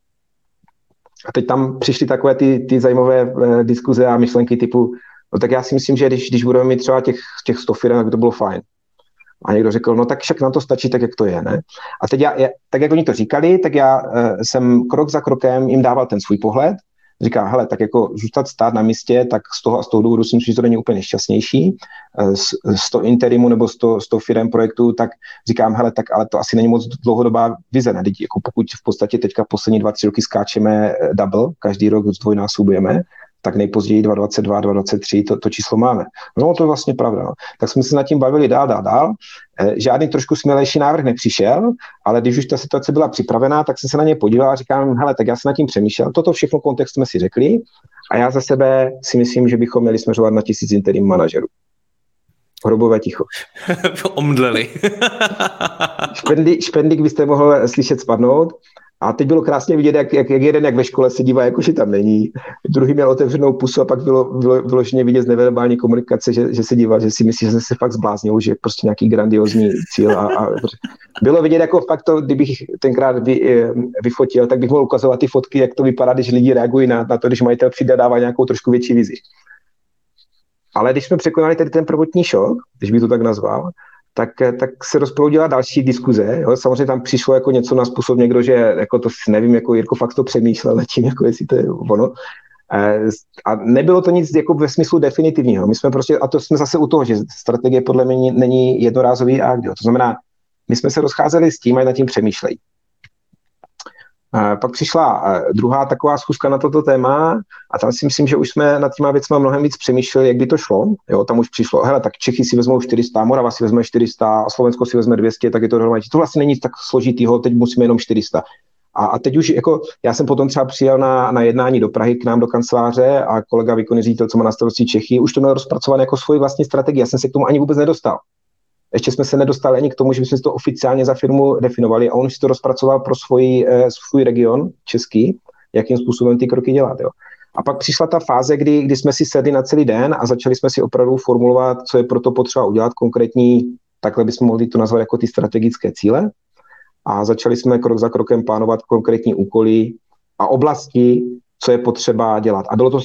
A teď tam přišly takové ty, ty zajímavé diskuze a myšlenky typu, no tak já si myslím, že když, když budeme mít třeba těch, těch sto firm, tak to bylo fajn. A někdo řekl, no tak však nám to stačí tak, jak to je, ne? A teď já, tak jak oni to říkali, tak já jsem krok za krokem jim dával ten svůj pohled. Říká, hele, tak jako zůstat stát na místě, tak z toho a z toho důvodu si myslím, že to není úplně šťastnější. Z, z toho interimu nebo z toho, z toho firem projektu, tak říkám, hele, tak ale to asi není moc dlouhodobá vize, ne? Jako pokud v podstatě teďka poslední dva, tři roky skáčeme double, každý rok zdvojnásobujeme, tak nejpozději dva tisíce dvacet dva, dva tisíce dvacet tři to, to číslo máme. No to je vlastně pravda. No. Tak jsme se nad tím bavili dál, dál, dál. E, žádný trošku smělejší návrh nepřišel, ale když už ta situace byla připravená, tak jsem se na ně podíval a říkám, hele, tak já jsem nad tím přemýšlel. Toto všechno kontext jsme si řekli a já za sebe si myslím, že bychom měli směřovat na tisíc interim manažerů. Hrobové ticho. Omdleli. Špendlík, špendlík byste mohl slyšet spadnout. A teď bylo krásně vidět, jak, jak, jak jeden, jak ve škole se dívá, jakože tam není. Druhý měl otevřenou pusu a pak bylo, bylo vyloženě vidět z neverbální komunikace, že, že se dívá, že si myslí, že jsem se fakt zbláznil, že je prostě nějaký grandiozní cíl. A, a bylo vidět, jako fakt to, kdybych tenkrát vy, vyfotil, tak bych mohl ukazovat ty fotky, jak to vypadá, když lidi reagují na, na to, když majitel přijde a dává nějakou trošku větší vizi. Ale když jsme překonali tedy ten prvotní šok, když bych to tak nazval, Tak, tak se rozproudila další diskuze. Jo. Samozřejmě tam přišlo jako něco na způsob někdo, že jako to nevím, jako Jirko fakt to přemýšlel nad tím, jako jestli to je ono. A nebylo to nic jako ve smyslu definitivního. My jsme prostě, a to jsme zase u toho, že strategie podle mě není jednorázový akt. Jo. To znamená, my jsme se rozcházeli s tím, a nad tím přemýšlejí. Pak přišla druhá taková schůzka na toto téma a tam si myslím, že už jsme nad těma věcma mnohem víc přemýšleli, jak by to šlo. Jo, tam už přišlo, hele, tak Čechy si vezmou čtyři sta, Morava si vezme čtyři sta, Slovensko si vezme dvě stě, tak je to dohromady. To vlastně není nic tak složitýho, teď musíme jenom čtyři sta. A, a teď už jako, já jsem potom třeba přijel na, na jednání do Prahy k nám do kanceláře a kolega výkonný ředitel, co má na starosti Čechy, už to měl rozpracované jako svoji vlastní strategii. Já jsem se k tomu ani vůbec nedostal. ještě jsme se nedostali ani k tomu, že bychom si to oficiálně za firmu definovali a on si to rozpracoval pro svůj, svůj region český, jakým způsobem ty kroky dělat. Jo. A pak přišla ta fáze, kdy, kdy jsme si sedli na celý den a začali jsme si opravdu formulovat, co je pro to potřeba udělat, konkrétní, takhle bychom mohli to nazvat jako ty strategické cíle. A začali jsme krok za krokem plánovat konkrétní úkoly a oblasti, co je potřeba dělat. A bylo to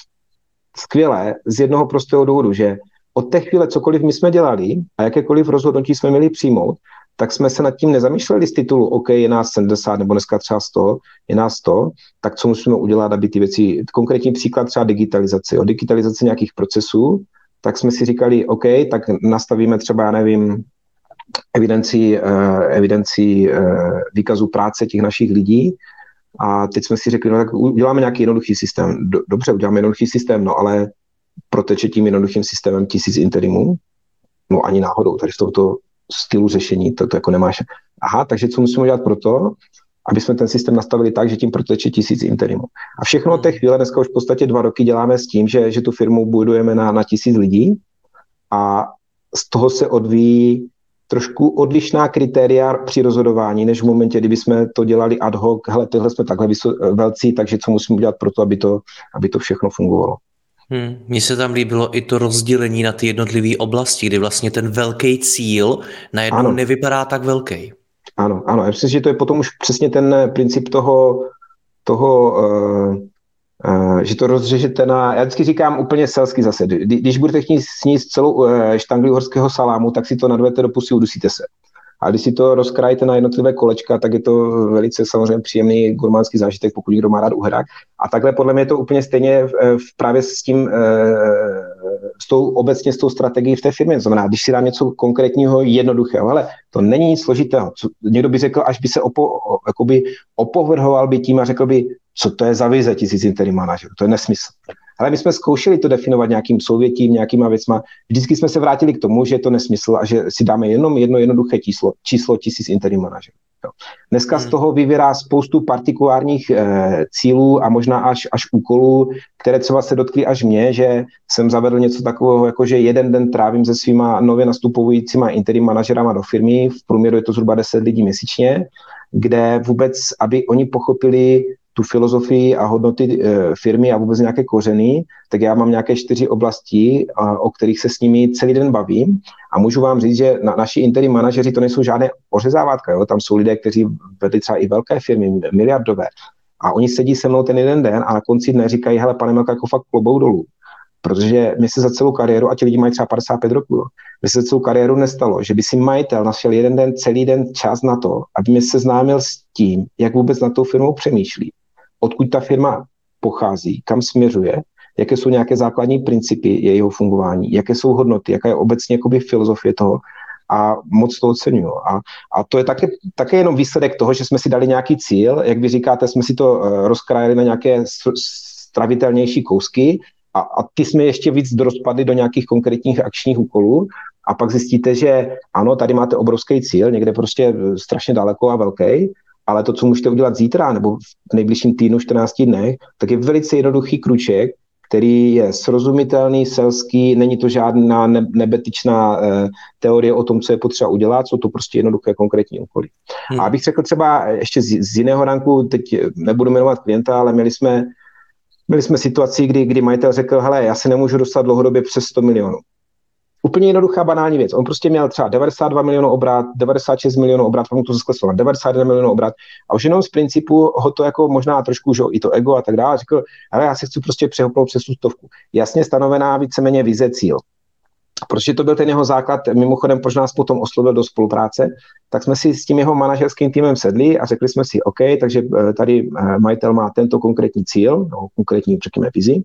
skvělé z jednoho prostého důvodu, že od té chvíle cokoliv my jsme dělali a jakékoliv rozhodnutí jsme měli přijmout, tak jsme se nad tím nezamýšleli z titulu, OK, je nás sedmdesát nebo dneska třeba sto, je nás sto, tak co musíme udělat, aby ty věci, konkrétní příklad třeba digitalizace, o digitalizaci nějakých procesů, tak jsme si říkali, OK, tak nastavíme třeba, já nevím, evidenci, evidenci výkazu práce těch našich lidí a teď jsme si řekli, no tak uděláme nějaký jednoduchý systém. Dobře, uděláme jednoduchý systém, no ale proteče tím jednoduchým systémem tisíc interimů? No ani náhodou, tady v tomto stylu řešení to, to jako nemáš. Aha, takže co musíme udělat pro to, aby jsme ten systém nastavili tak, že tím proteče tisíc interimů. A všechno od té chvíle, dneska už v podstatě dva roky děláme s tím, že, že tu firmu budujeme na, na tisíc lidí a z toho se odvíjí trošku odlišná kritéria při rozhodování, než v momentě, kdyby jsme to dělali ad hoc, hele, tyhle jsme takhle vyso- velcí, takže co musíme udělat pro to, aby to, aby to všechno fungovalo. Hmm, mně se tam líbilo i to rozdělení na ty jednotlivé oblasti, kdy vlastně ten velký cíl najednou ano. nevypadá tak velký. Ano, ano. Já myslím, že to je potom už přesně ten princip toho, toho uh, uh, že to rozřežete na, já vždycky říkám úplně selsky zase, Kdy, když budete chtít sníst celou uh, štangli uhorského salámu, tak si to nadvete do pusy, udusíte se. A když si to rozkrájíte na jednotlivé kolečka, tak je to velice samozřejmě příjemný gurmánský zážitek, pokud někdo má rád uherák. A takhle podle mě je to úplně stejně v, v právě s tím, s tou, obecně s tou strategií v té firmě. To znamená, když si dám něco konkrétního, jednoduchého, ale to není nic složitého. Co, někdo by řekl, až by se opo, jakoby opovrhoval by tím a řekl by, co to je za vize tisíc interim manažerů, to je nesmysl. Ale my jsme zkoušeli to definovat nějakým souvětím, nějakýma věcma. Vždycky jsme se vrátili k tomu, že je to nesmysl a že si dáme jenom jedno jednoduché číslo, číslo tisíc interim manažerů. Dneska hmm. z toho vyvírá spoustu partikulárních eh, cílů a možná až, až úkolů, které třeba se dotkly až mě, že jsem zavedl něco takového, jako že jeden den trávím se svýma nově nastupujícíma interim manažerama do firmy, v průměru je to zhruba deset lidí měsíčně, kde vůbec, aby oni pochopili tu filozofii a hodnoty e, firmy a vůbec nějaké kořeny, tak já mám nějaké čtyři oblasti, a, o kterých se s nimi celý den bavím a můžu vám říct, že na, naši interim manažeři to nejsou žádné ořezávátka, jo? Tam jsou lidé, kteří vedli třeba i velké firmy, miliardové a oni sedí se mnou ten jeden den a na konci dne říkají, hele, pane Melka, jako fakt klobouk dolů, protože mi se za celou kariéru, a ti lidi mají třeba padesát pět roků, mi se za celou kariéru nestalo, že by si majitel našel jeden den, celý den čas na to, aby mě seznámil s tím, jak vůbec na tou firmou přemýšlí, odkud ta firma pochází, kam směřuje, jaké jsou nějaké základní principy jejího fungování, jaké jsou hodnoty, jaká je obecně jakoby filozofie toho a moc to oceňuju. A, a to je také, také jenom výsledek toho, že jsme si dali nějaký cíl, jak vy říkáte, jsme si to uh, rozkrájeli na nějaké stravitelnější kousky a, a ty jsme ještě víc rozpadli do nějakých konkrétních akčních úkolů a pak zjistíte, že ano, tady máte obrovský cíl, někde prostě strašně daleko a velký, ale to, co můžete udělat zítra nebo v nejbližším týdnu, čtrnácti dnech, tak je velice jednoduchý kruček, který je srozumitelný, selský, není to žádná nebetičná eh, teorie o tom, co je potřeba udělat, jsou to prostě jednoduché konkrétní úkoly. Hmm. A abych řekl třeba ještě z, z jiného ranku, teď nebudu jmenovat klienta, ale měli jsme, měli jsme situaci, kdy, kdy majitel řekl, hele, já se nemůžu dostat dlouhodobě přes sto milionů. Úplně jednoduchá banální věc. On prostě měl třeba devadesát dva milionů obrat, devadesát šest milionů obrat, pak mu to zkleslo na devadesát jedna milionů obrat a už jenom z principu ho to jako možná trošku, že i to ego a tak dále, řekl, ale já se chci prostě přehopnout přes tu stovku. Jasně stanovená víceméně vize cíl. Protože to byl ten jeho základ, mimochodem, proč nás potom oslovil do spolupráce, tak jsme si s tím jeho manažerským týmem sedli a řekli jsme si, OK, takže tady majitel má tento konkrétní cíl, no, konkrétní, řekněme, vizi.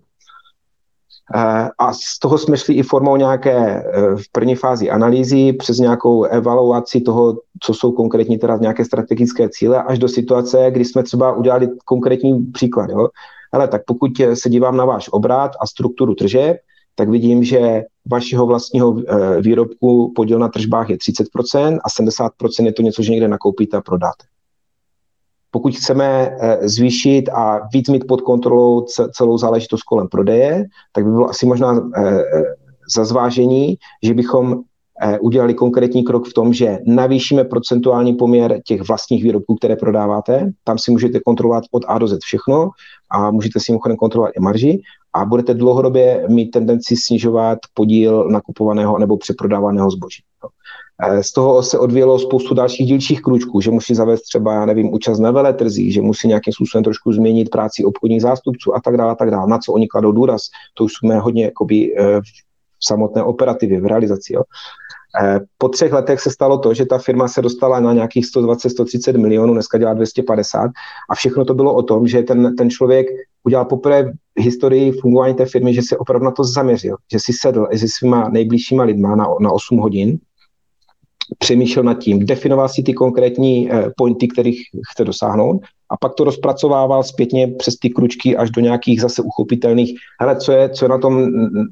A z toho jsme šli i formou nějaké v první fázi analýzy přes nějakou evaluaci toho, co jsou konkrétní teda nějaké strategické cíle, až do situace, kdy jsme třeba udělali konkrétní příklad. Jo? Hele, tak pokud se dívám na váš obrat a strukturu tržeb, tak vidím, že vašeho vlastního výrobku podíl na tržbách je třicet procent a sedmdesát procent je to něco, že někde nakoupíte a prodáte. Pokud chceme zvýšit a víc mít pod kontrolou celou záležitost kolem prodeje, tak by bylo asi možná za zvážení, že bychom udělali konkrétní krok v tom, že navýšíme procentuální poměr těch vlastních výrobků, které prodáváte. Tam si můžete kontrolovat od A do Z všechno a můžete si mimochodem kontrolovat i marži a budete dlouhodobě mít tendenci snižovat podíl nakupovaného nebo přeprodávaného zboží. Z toho se odvíjelo spoustu dalších dílčích krůčků, že musí zavést třeba, já nevím, účast na veletrzích, že musí nějakým způsobem trošku změnit práci obchodních zástupců a tak dále, a tak dále. Na co oni kladou důraz, to už jsme hodně jakoby v samotné operativě, v realizaci. Jo. Po třech letech se stalo to, že ta firma se dostala na nějakých sto dvacet až sto třicet milionů, dneska dělá dvě stě padesát a všechno to bylo o tom, že ten, ten člověk udělal poprvé v historii fungování té firmy, že se opravdu na to zaměřil, že si sedl se svýma nejbližšíma lidma na, na osm hodin, přemýšlel nad tím, definoval si ty konkrétní pointy, kterých chce dosáhnout a pak to rozpracovával zpětně přes ty kručky až do nějakých zase uchopitelných, hele, co je, co je na tom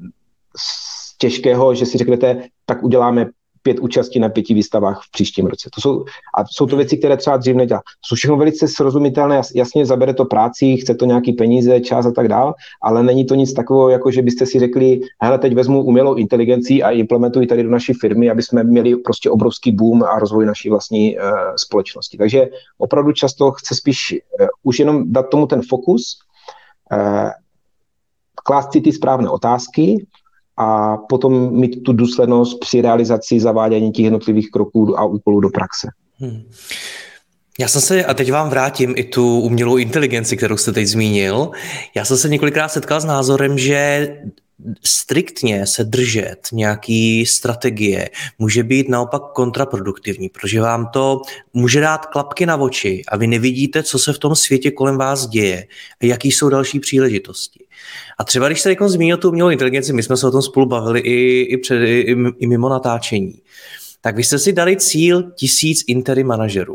těžkého, že si řeknete, tak uděláme pět účastí na pěti výstavách v příštím roce. To jsou, a jsou to věci, které třeba dřív nedělá. To jsou všechno velice srozumitelné, jasně zabere to práci, chce to nějaký peníze, čas a tak dál, ale není to nic takového, jako že byste si řekli, hele, teď vezmu umělou inteligenci a implementuji tady do naší firmy, aby jsme měli prostě obrovský boom a rozvoj naší vlastní uh, společnosti. Takže opravdu často chce spíš uh, už jenom dát tomu ten fokus, uh, klást si ty správné otázky, a potom mít tu důslednost při realizaci zavádění těch jednotlivých kroků a úkolů do praxe. Hmm. Já jsem se, a teď vám vrátím i tu umělou inteligenci, kterou jste teď zmínil, já jsem se několikrát setkal s názorem, že striktně se držet nějaký strategie může být naopak kontraproduktivní, protože vám to může dát klapky na oči a vy nevidíte, co se v tom světě kolem vás děje a jaký jsou další příležitosti. A třeba když jste jako zmínil tu umělou inteligenci, my jsme se o tom spolu bavili i, i, před, i, i mimo natáčení, tak vy jste si dali cíl tisíc interim manažerů.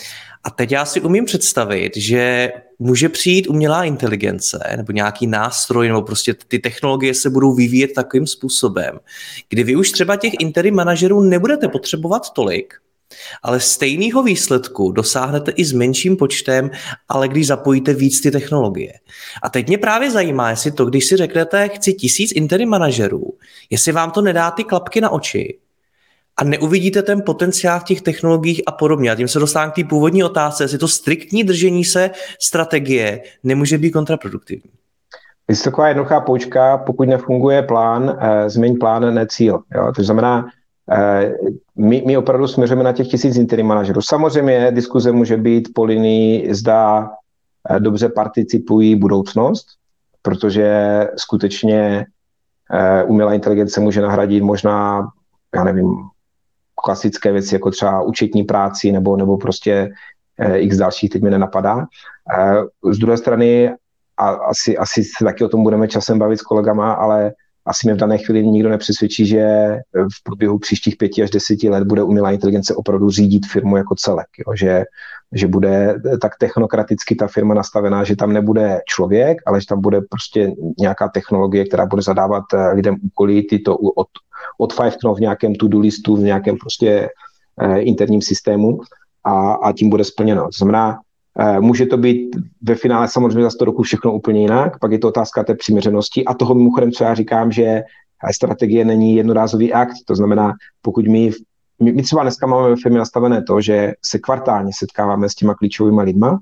A teď já si umím představit, že může přijít umělá inteligence nebo nějaký nástroj, nebo prostě ty technologie se budou vyvíjet takovým způsobem, kdy vy už třeba těch interim manažerů nebudete potřebovat tolik, ale stejného výsledku dosáhnete i s menším počtem, ale když zapojíte víc ty technologie. A teď mě právě zajímá, jestli to, když si řeknete, chci tisíc interim manažerů, jestli vám to nedá ty klapky na oči a neuvidíte ten potenciál v těch technologiích a podobně. A tím se dostávám k té původní otázce, jestli to striktní držení se strategie nemůže být kontraproduktivní. Je to taková jednoduchá poučka, pokud nefunguje plán, eh, změň plán, ne cíl. Jo? To znamená, eh, my, my opravdu směřujeme na těch tisíc interim manažerů. Samozřejmě diskuze může být po linii, zda eh, dobře participují budoucnost, protože skutečně eh, umělá inteligence může nahradit možná, já nevím, klasické věci, jako třeba účetní práci nebo, nebo prostě eh, x dalších, teď mi nenapadá. Eh, z druhé strany, a asi, asi se taky o tom budeme časem bavit s kolegama, ale asi mě v dané chvíli nikdo nepřesvědčí, že v průběhu příštích pěti až deseti let bude umělá inteligence opravdu řídit firmu jako celek. Jo? Že, že bude tak technokraticky ta firma nastavená, že tam nebude člověk, ale že tam bude prostě nějaká technologie, která bude zadávat lidem úkoly, ty to od, odfajfknou v nějakém to-do listu, v nějakém prostě eh, interním systému a, a tím bude splněno. To znamená, může to být ve finále samozřejmě za sto roků všechno úplně jinak, pak je to otázka té přiměřenosti a toho mimochodem, co já říkám, že strategie není jednorázový akt, to znamená, pokud my, my, my třeba dneska máme ve firmě nastavené to, že se kvartálně setkáváme s těma klíčovými lidma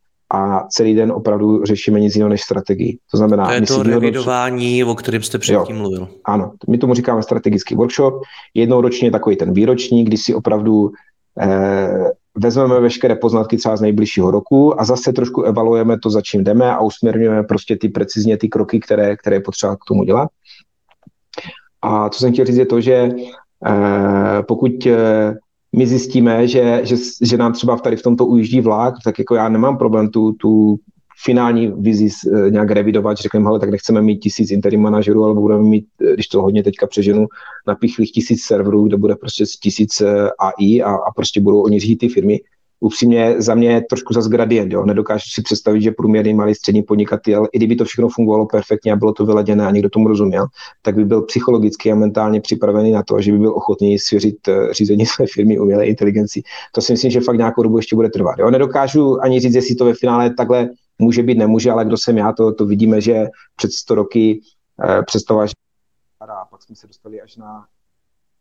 a celý den opravdu řešíme nic jiného než strategii. To znamená, to je to revidování, o kterém jste předtím jo, mluvil. Ano, my tomu říkáme strategický workshop, jednou ročně takový ten výroční, kdy si opravdu eh, vezmeme veškeré poznatky třeba z nejbližšího roku a zase trošku evaluujeme to, za čím jdeme a usměrňujeme prostě ty precizně ty kroky, které, které je potřeba k tomu dělat. A co jsem chtěl říct je to, že eh, pokud eh, my zjistíme, že, že, že nám třeba tady v tomto ujíždí vlak, tak jako já nemám problém tu, tu finální vizi eh, nějak revidovat, že řekneme, hele, tak nechceme mít tisíc interim manažerů, ale budeme mít, když to hodně teďka přeženu, napichlých tisíc serverů, kde bude prostě tisíc A I a, a prostě budou oni řídit ty firmy. Upřímně za mě trošku zas gradient, jo. Nedokážu si představit, že průměrný malý střední podnikatel, i kdyby to všechno fungovalo perfektně a bylo to vyladěné a někdo tomu rozuměl, tak by byl psychologicky a mentálně připravený na to, že by byl ochotný svěřit řízení své firmy umělé inteligenci. To si myslím, že fakt nějakou dobu ještě bude trvat. Jo. Nedokážu ani říct, jestli to ve finále takhle může být, nemůže, ale kdo jsem já, to, to vidíme, že před sto roky eh, představa, že a pak jsme se dostali až na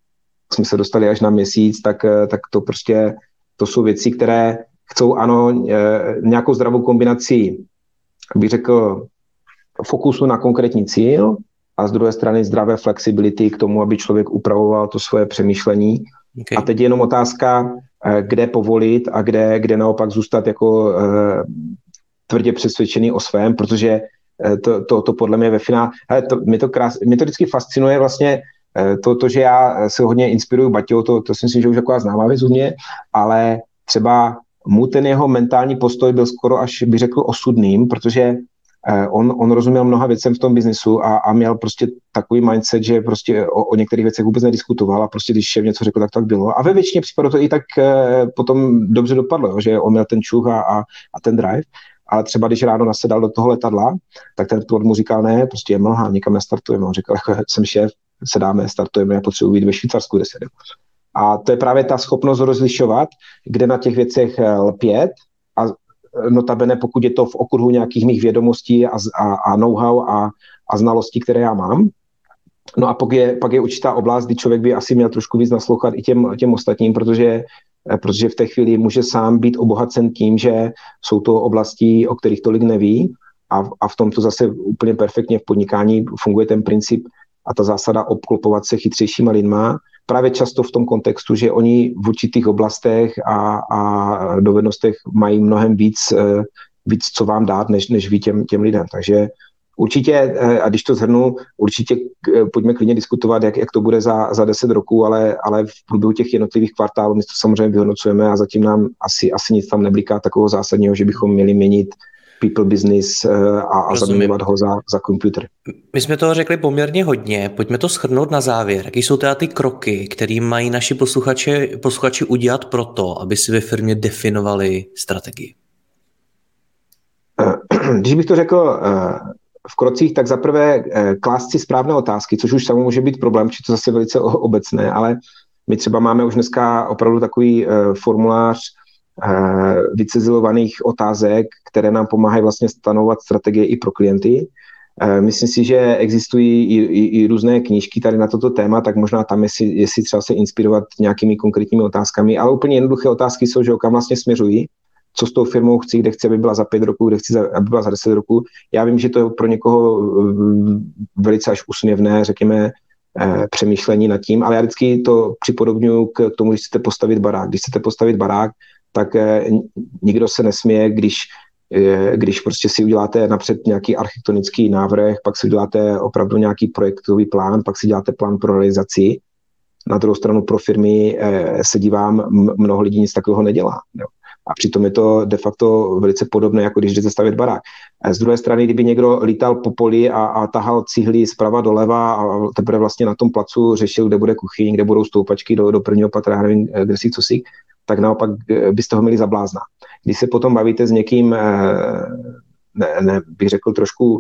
jsme se dostali až na měsíc, tak, tak to prostě, to jsou věci, které chcou, ano, nějakou zdravou kombinaci, bych řekl, fokusu na konkrétní cíl a z druhé strany zdravé flexibility k tomu, aby člověk upravoval to svoje přemýšlení. Okay. A teď je jenom otázka, kde povolit a kde, kde naopak zůstat jako eh, tvrdě přesvědčený o svém, protože to, to, to podle mě ve finále, hele, to, mě, to krás, mě to vždycky fascinuje vlastně eh, to, to, že já se hodně inspiruju Baťou, to, to si myslím, že už taková známá věc u mě, ale třeba mu ten jeho mentální postoj byl skoro až, bych řekl, osudným, protože On, on rozuměl mnoha věcem v tom biznesu a, a měl prostě takový mindset, že prostě o, o některých věcech vůbec nediskutoval a prostě když šéf něco řekl, tak tak bylo. A ve většině případů to i tak e, potom dobře dopadlo, jo, že on měl ten čuch a, a, a ten drive, ale třeba když ráno nasedal do toho letadla, tak ten pilot mu říkal, ne, prostě je mlha, nikam nestartujeme. On říkal, jako jsem šéf, sedáme, startujeme, já potřebuji být ve Švýcarsku, kde se jde. A to je právě ta schopnost rozlišovat, kde na těch věcech lpět a notabene, pokud je to v okruhu nějakých mých vědomostí a, a, a know-how a, a znalostí, které já mám. No a pak je, pak je určitá oblast, kdy člověk by asi měl trošku víc naslouchat i těm, těm ostatním, protože, protože v té chvíli může sám být obohacen tím, že jsou to oblasti, o kterých tolik neví a, a v tomto zase úplně perfektně v podnikání funguje ten princip a ta zásada obklopovat se chytřejšíma lidma, právě často v tom kontextu, že oni v určitých oblastech a, a dovednostech mají mnohem víc, víc co vám dát, než, než vy těm, těm lidem. Takže určitě, a když to shrnu, určitě pojďme klidně diskutovat, jak, jak to bude za, za deset roků, ale, ale v průběhu těch jednotlivých kvartálů my to samozřejmě vyhodnocujeme a zatím nám asi, asi nic tam nebliká takového zásadního, že bychom měli měnit people business a, a zaměňovat ho za, za počítač. My jsme toho řekli poměrně hodně, pojďme to shrnout na závěr. Jaké jsou teda ty kroky, které mají naši posluchači, posluchači udělat pro to, aby si ve firmě definovali strategii? Když bych to řekl v krocích, tak zaprvé klást si správné otázky, což už samo může být problém, či to zase velice obecné, ale my třeba máme už dneska opravdu takový formulář vycizilovaných otázek, které nám pomáhají vlastně stanovat strategie i pro klienty. Myslím si, že existují i, i, i různé knížky tady na toto téma, tak možná tam, jestli, jestli třeba se inspirovat nějakými konkrétními otázkami, ale úplně jednoduché otázky jsou, že kam vlastně směřují, co s tou firmou chci, kde chci, aby byla za pět roků, kde chci, aby byla za deset roků. Já vím, že to je pro někoho velice až úsměvné, řekněme, přemýšlení nad tím, ale já vždycky to připodobňuji k tomu, když chcete postavit barák. Když chcete postavit barák, tak nikdo se nesměje, když, když prostě si uděláte napřed nějaký architektonický návrh, pak si uděláte opravdu nějaký projektový plán, pak si děláte plán pro realizaci. Na druhou stranu pro firmy se dívám, mnoho lidí nic takového nedělá. Jo. A přitom je to de facto velice podobné, jako když jdete stavět barák. Z druhé strany, kdyby někdo lítal po poli a, a tahal cihly zprava doleva a teprve vlastně na tom placu řešil, kde bude kuchyň, kde budou stoupačky do, do prvního patra, nevím, kde si co si, tak naopak byste ho měli za blázna. Když se potom bavíte s někým, ne, ne, bych řekl trošku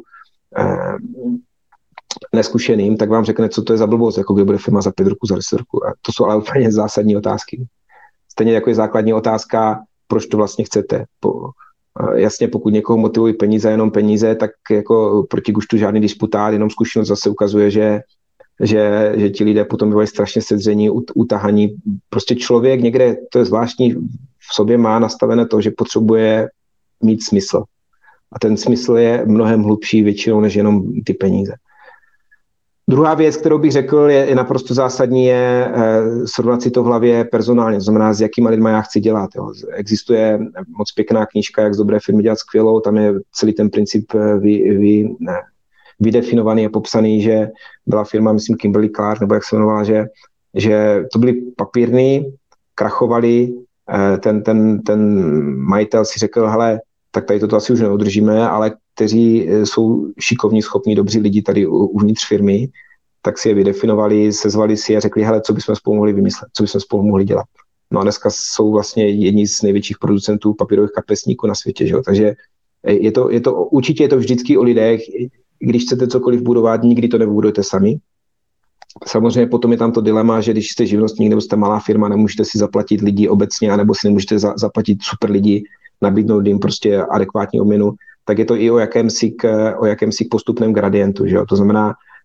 neskušeným, tak vám řekne, co to je za blbost, jako kde bude firma za pět roků, za deset roků. A to jsou ale úplně zásadní otázky. Stejně jako je základní otázka, proč to vlastně chcete. Po, jasně, pokud někoho motivují peníze, jenom peníze, tak jako proti guštu žádný disputát, jenom zkušenost zase ukazuje, že Že, že ti lidé potom bývají strašně sedření, utahaní. Prostě člověk někde, to je zvláštní, v sobě má nastavené to, že potřebuje mít smysl. A ten smysl je mnohem hlubší většinou, než jenom ty peníze. Druhá věc, kterou bych řekl, je, je naprosto zásadní, je eh, srovnat si to v hlavě personálně, to znamená, s jakýma lidma já chci dělat. Jo. Existuje moc pěkná knížka, jak z dobré firmy dělat skvělou, tam je celý ten princip vy, vy, ne, vydefinovaný a popsaný, že byla firma, myslím Kimberly Clark, nebo jak se jmenovala, že, že to byly papírny, krachovali, ten, ten, ten majitel si řekl, hele, tak tady toto asi už neudržíme, ale kteří jsou šikovní, schopní, dobří lidi tady uvnitř firmy, tak si je vydefinovali, sezvali si a řekli, hele, co bychom spolu mohli vymyslet, co bychom spolu mohli dělat. No a dneska jsou vlastně jedni z největších producentů papírových kapesníků na světě, že jo? Takže je to, je to, určitě je to vždycky o lidech. Když chcete cokoliv budovat, nikdy to nebudujete sami. Samozřejmě potom je tam to dilema, že když jste živnostník nebo jste malá firma, nemůžete si zaplatit lidi obecně, anebo si nemůžete za, zaplatit super lidi, nabídnout jim prostě adekvátní odměnu, tak je to i o jakémsi, k, o jakémsi postupném gradientu. Že jo? To znamená,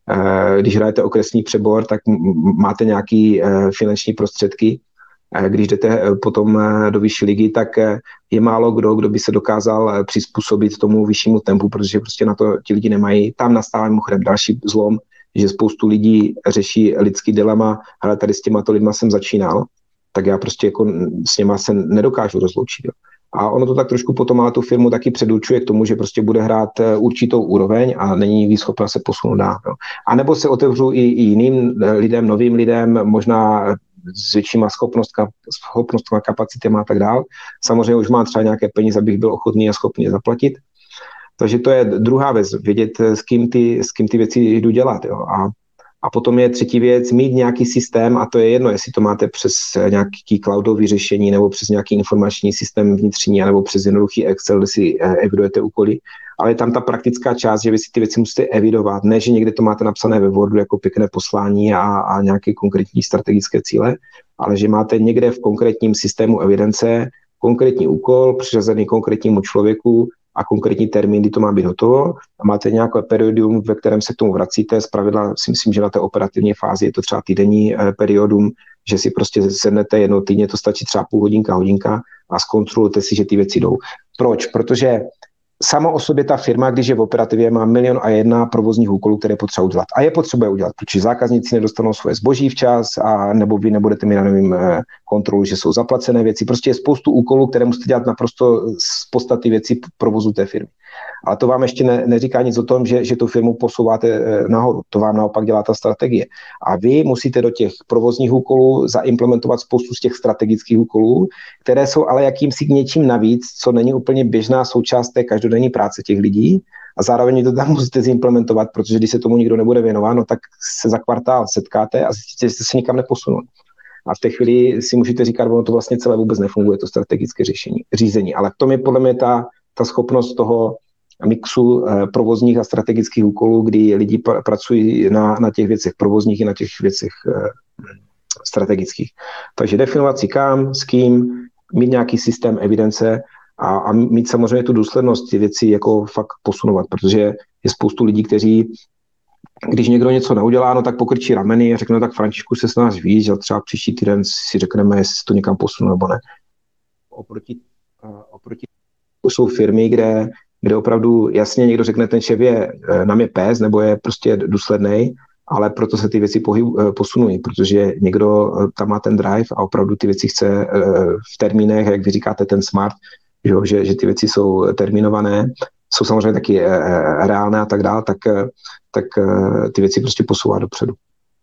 Když hrajete okresní přebor, tak máte nějaké finanční prostředky. Když jdete potom do vyšší ligy, tak je málo kdo, kdo by se dokázal přizpůsobit tomu vyššímu tempu, protože prostě na to ti lidi nemají. Tam nastává mimochodem další zlom, že spoustu lidí řeší lidský dilema, ale tady s těma to lidma jsem začínal, tak já prostě jako s něma se nedokážu rozloučit. Jo. A ono to tak trošku potom ale tu firmu taky předurčuje k tomu, že prostě bude hrát určitou úroveň a není schopna se posunout dál. Jo. A nebo se otevřu i, i jiným lidem, novým lidem, možná s většíma schopnostkama, schopnostkama, kapacitama a tak dál. Samozřejmě už mám třeba nějaké peníze, abych byl ochotný a schopný je zaplatit. Takže to je druhá věc, vědět, s kým ty, s kým ty věci jdu dělat. Jo. A, a potom je třetí věc, mít nějaký systém, a to je jedno, jestli to máte přes nějaký cloudový řešení, nebo přes nějaký informační systém vnitřní, nebo přes jednoduchý Excel, kde si evidujete úkoly, ale je tam ta praktická část, že vy si ty věci musíte evidovat, ne, že někde to máte napsané ve Wordu jako pěkné poslání a, a nějaké konkrétní strategické cíle, ale že máte někde v konkrétním systému evidence konkrétní úkol, přiřazený konkrétnímu člověku a konkrétní termín, kdy to má být hotovo, a máte nějaké periodium, ve kterém se k tomu vracíte. Zpravidla si myslím, že na té operativní fázi je to třeba týdenní eh, periodum, že si prostě sednete jednou týdně, to stačí třeba půl hodinka, hodinka a zkontrolujete si, že ty věci jdou. Proč? Protože samo o sobě ta firma, když je v operativě, má milion a jedna provozních úkolů, které potřebuje udělat. A je potřebuje udělat, protože zákazníci nedostanou svoje zboží včas, a nebo vy nebudete mít na novým kontrolu, že jsou zaplacené věci. Prostě je spoustu úkolů, které musíte dělat naprosto z podstaty věcí provozu té firmy. Ale to vám ještě ne, neříká nic o tom, že, že tu firmu posouváte nahoru. To vám naopak dělá ta strategie. A vy musíte do těch provozních úkolů zaimplementovat spoustu z těch strategických úkolů, které jsou ale jakýmsi něčím navíc, co není úplně běžná součást té každodenní práce těch lidí. A zároveň to tam musíte zimplementovat, protože když se tomu nikdo nebude věnovat, no tak se za kvartál setkáte a zjistíte, že jste se nikam neposunuli. A v té chvíli si můžete říkat, ono to vlastně celé vůbec nefunguje, to strategické řešení, řízení. Ale v tom je podle mě ta, ta schopnost toho mixu eh, provozních a strategických úkolů, kdy lidi pr- pracují na, na těch věcech provozních i na těch věcech eh, strategických. Takže definovat si kam, s kým, mít nějaký systém evidence a, a mít samozřejmě tu důslednost ty věci jako fakt posunovat, protože je spoustu lidí, kteří, když někdo něco neudělá, no tak pokrčí rameny a řekne, no tak Františku, se s nás víš, a třeba příští týden si řekneme, jestli to někam posunu nebo ne. Oproti, uh, oproti jsou firmy, kde kde opravdu jasně někdo řekne, ten šéf je, nám je pes, nebo je prostě důslednej, ale proto se ty věci pohyb, posunují, protože někdo tam má ten drive a opravdu ty věci chce v termínech, jak vy říkáte, ten smart, že, že ty věci jsou termínované, jsou samozřejmě taky reálné a tak dále, tak, tak ty věci prostě posouvá dopředu.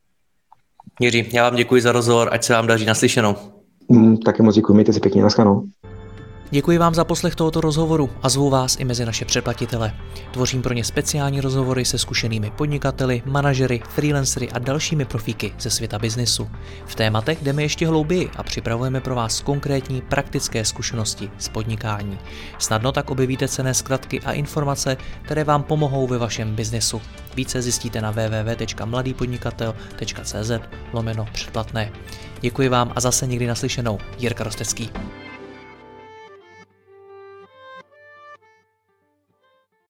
Jiří, já vám děkuji za rozhovor, ať se vám daří, naslyšenou. Mm, taky moc děkuji, mějte se pěkně, naschledanou. Děkuji vám za poslech tohoto rozhovoru a zvu vás i mezi naše předplatitele. Tvořím pro ně speciální rozhovory se zkušenými podnikateli, manažery, freelancery a dalšími profíky ze světa biznisu. V tématech jdeme ještě hlouběji a připravujeme pro vás konkrétní praktické zkušenosti z podnikání. Snadno tak objevíte cenné zkratky a informace, které vám pomohou ve vašem biznesu. Více zjistíte na w w w tečka mladý podnikatel tečka c z lomeno předplatné. Děkuji vám a zase někdy naslyšenou. Jirka Rostecký.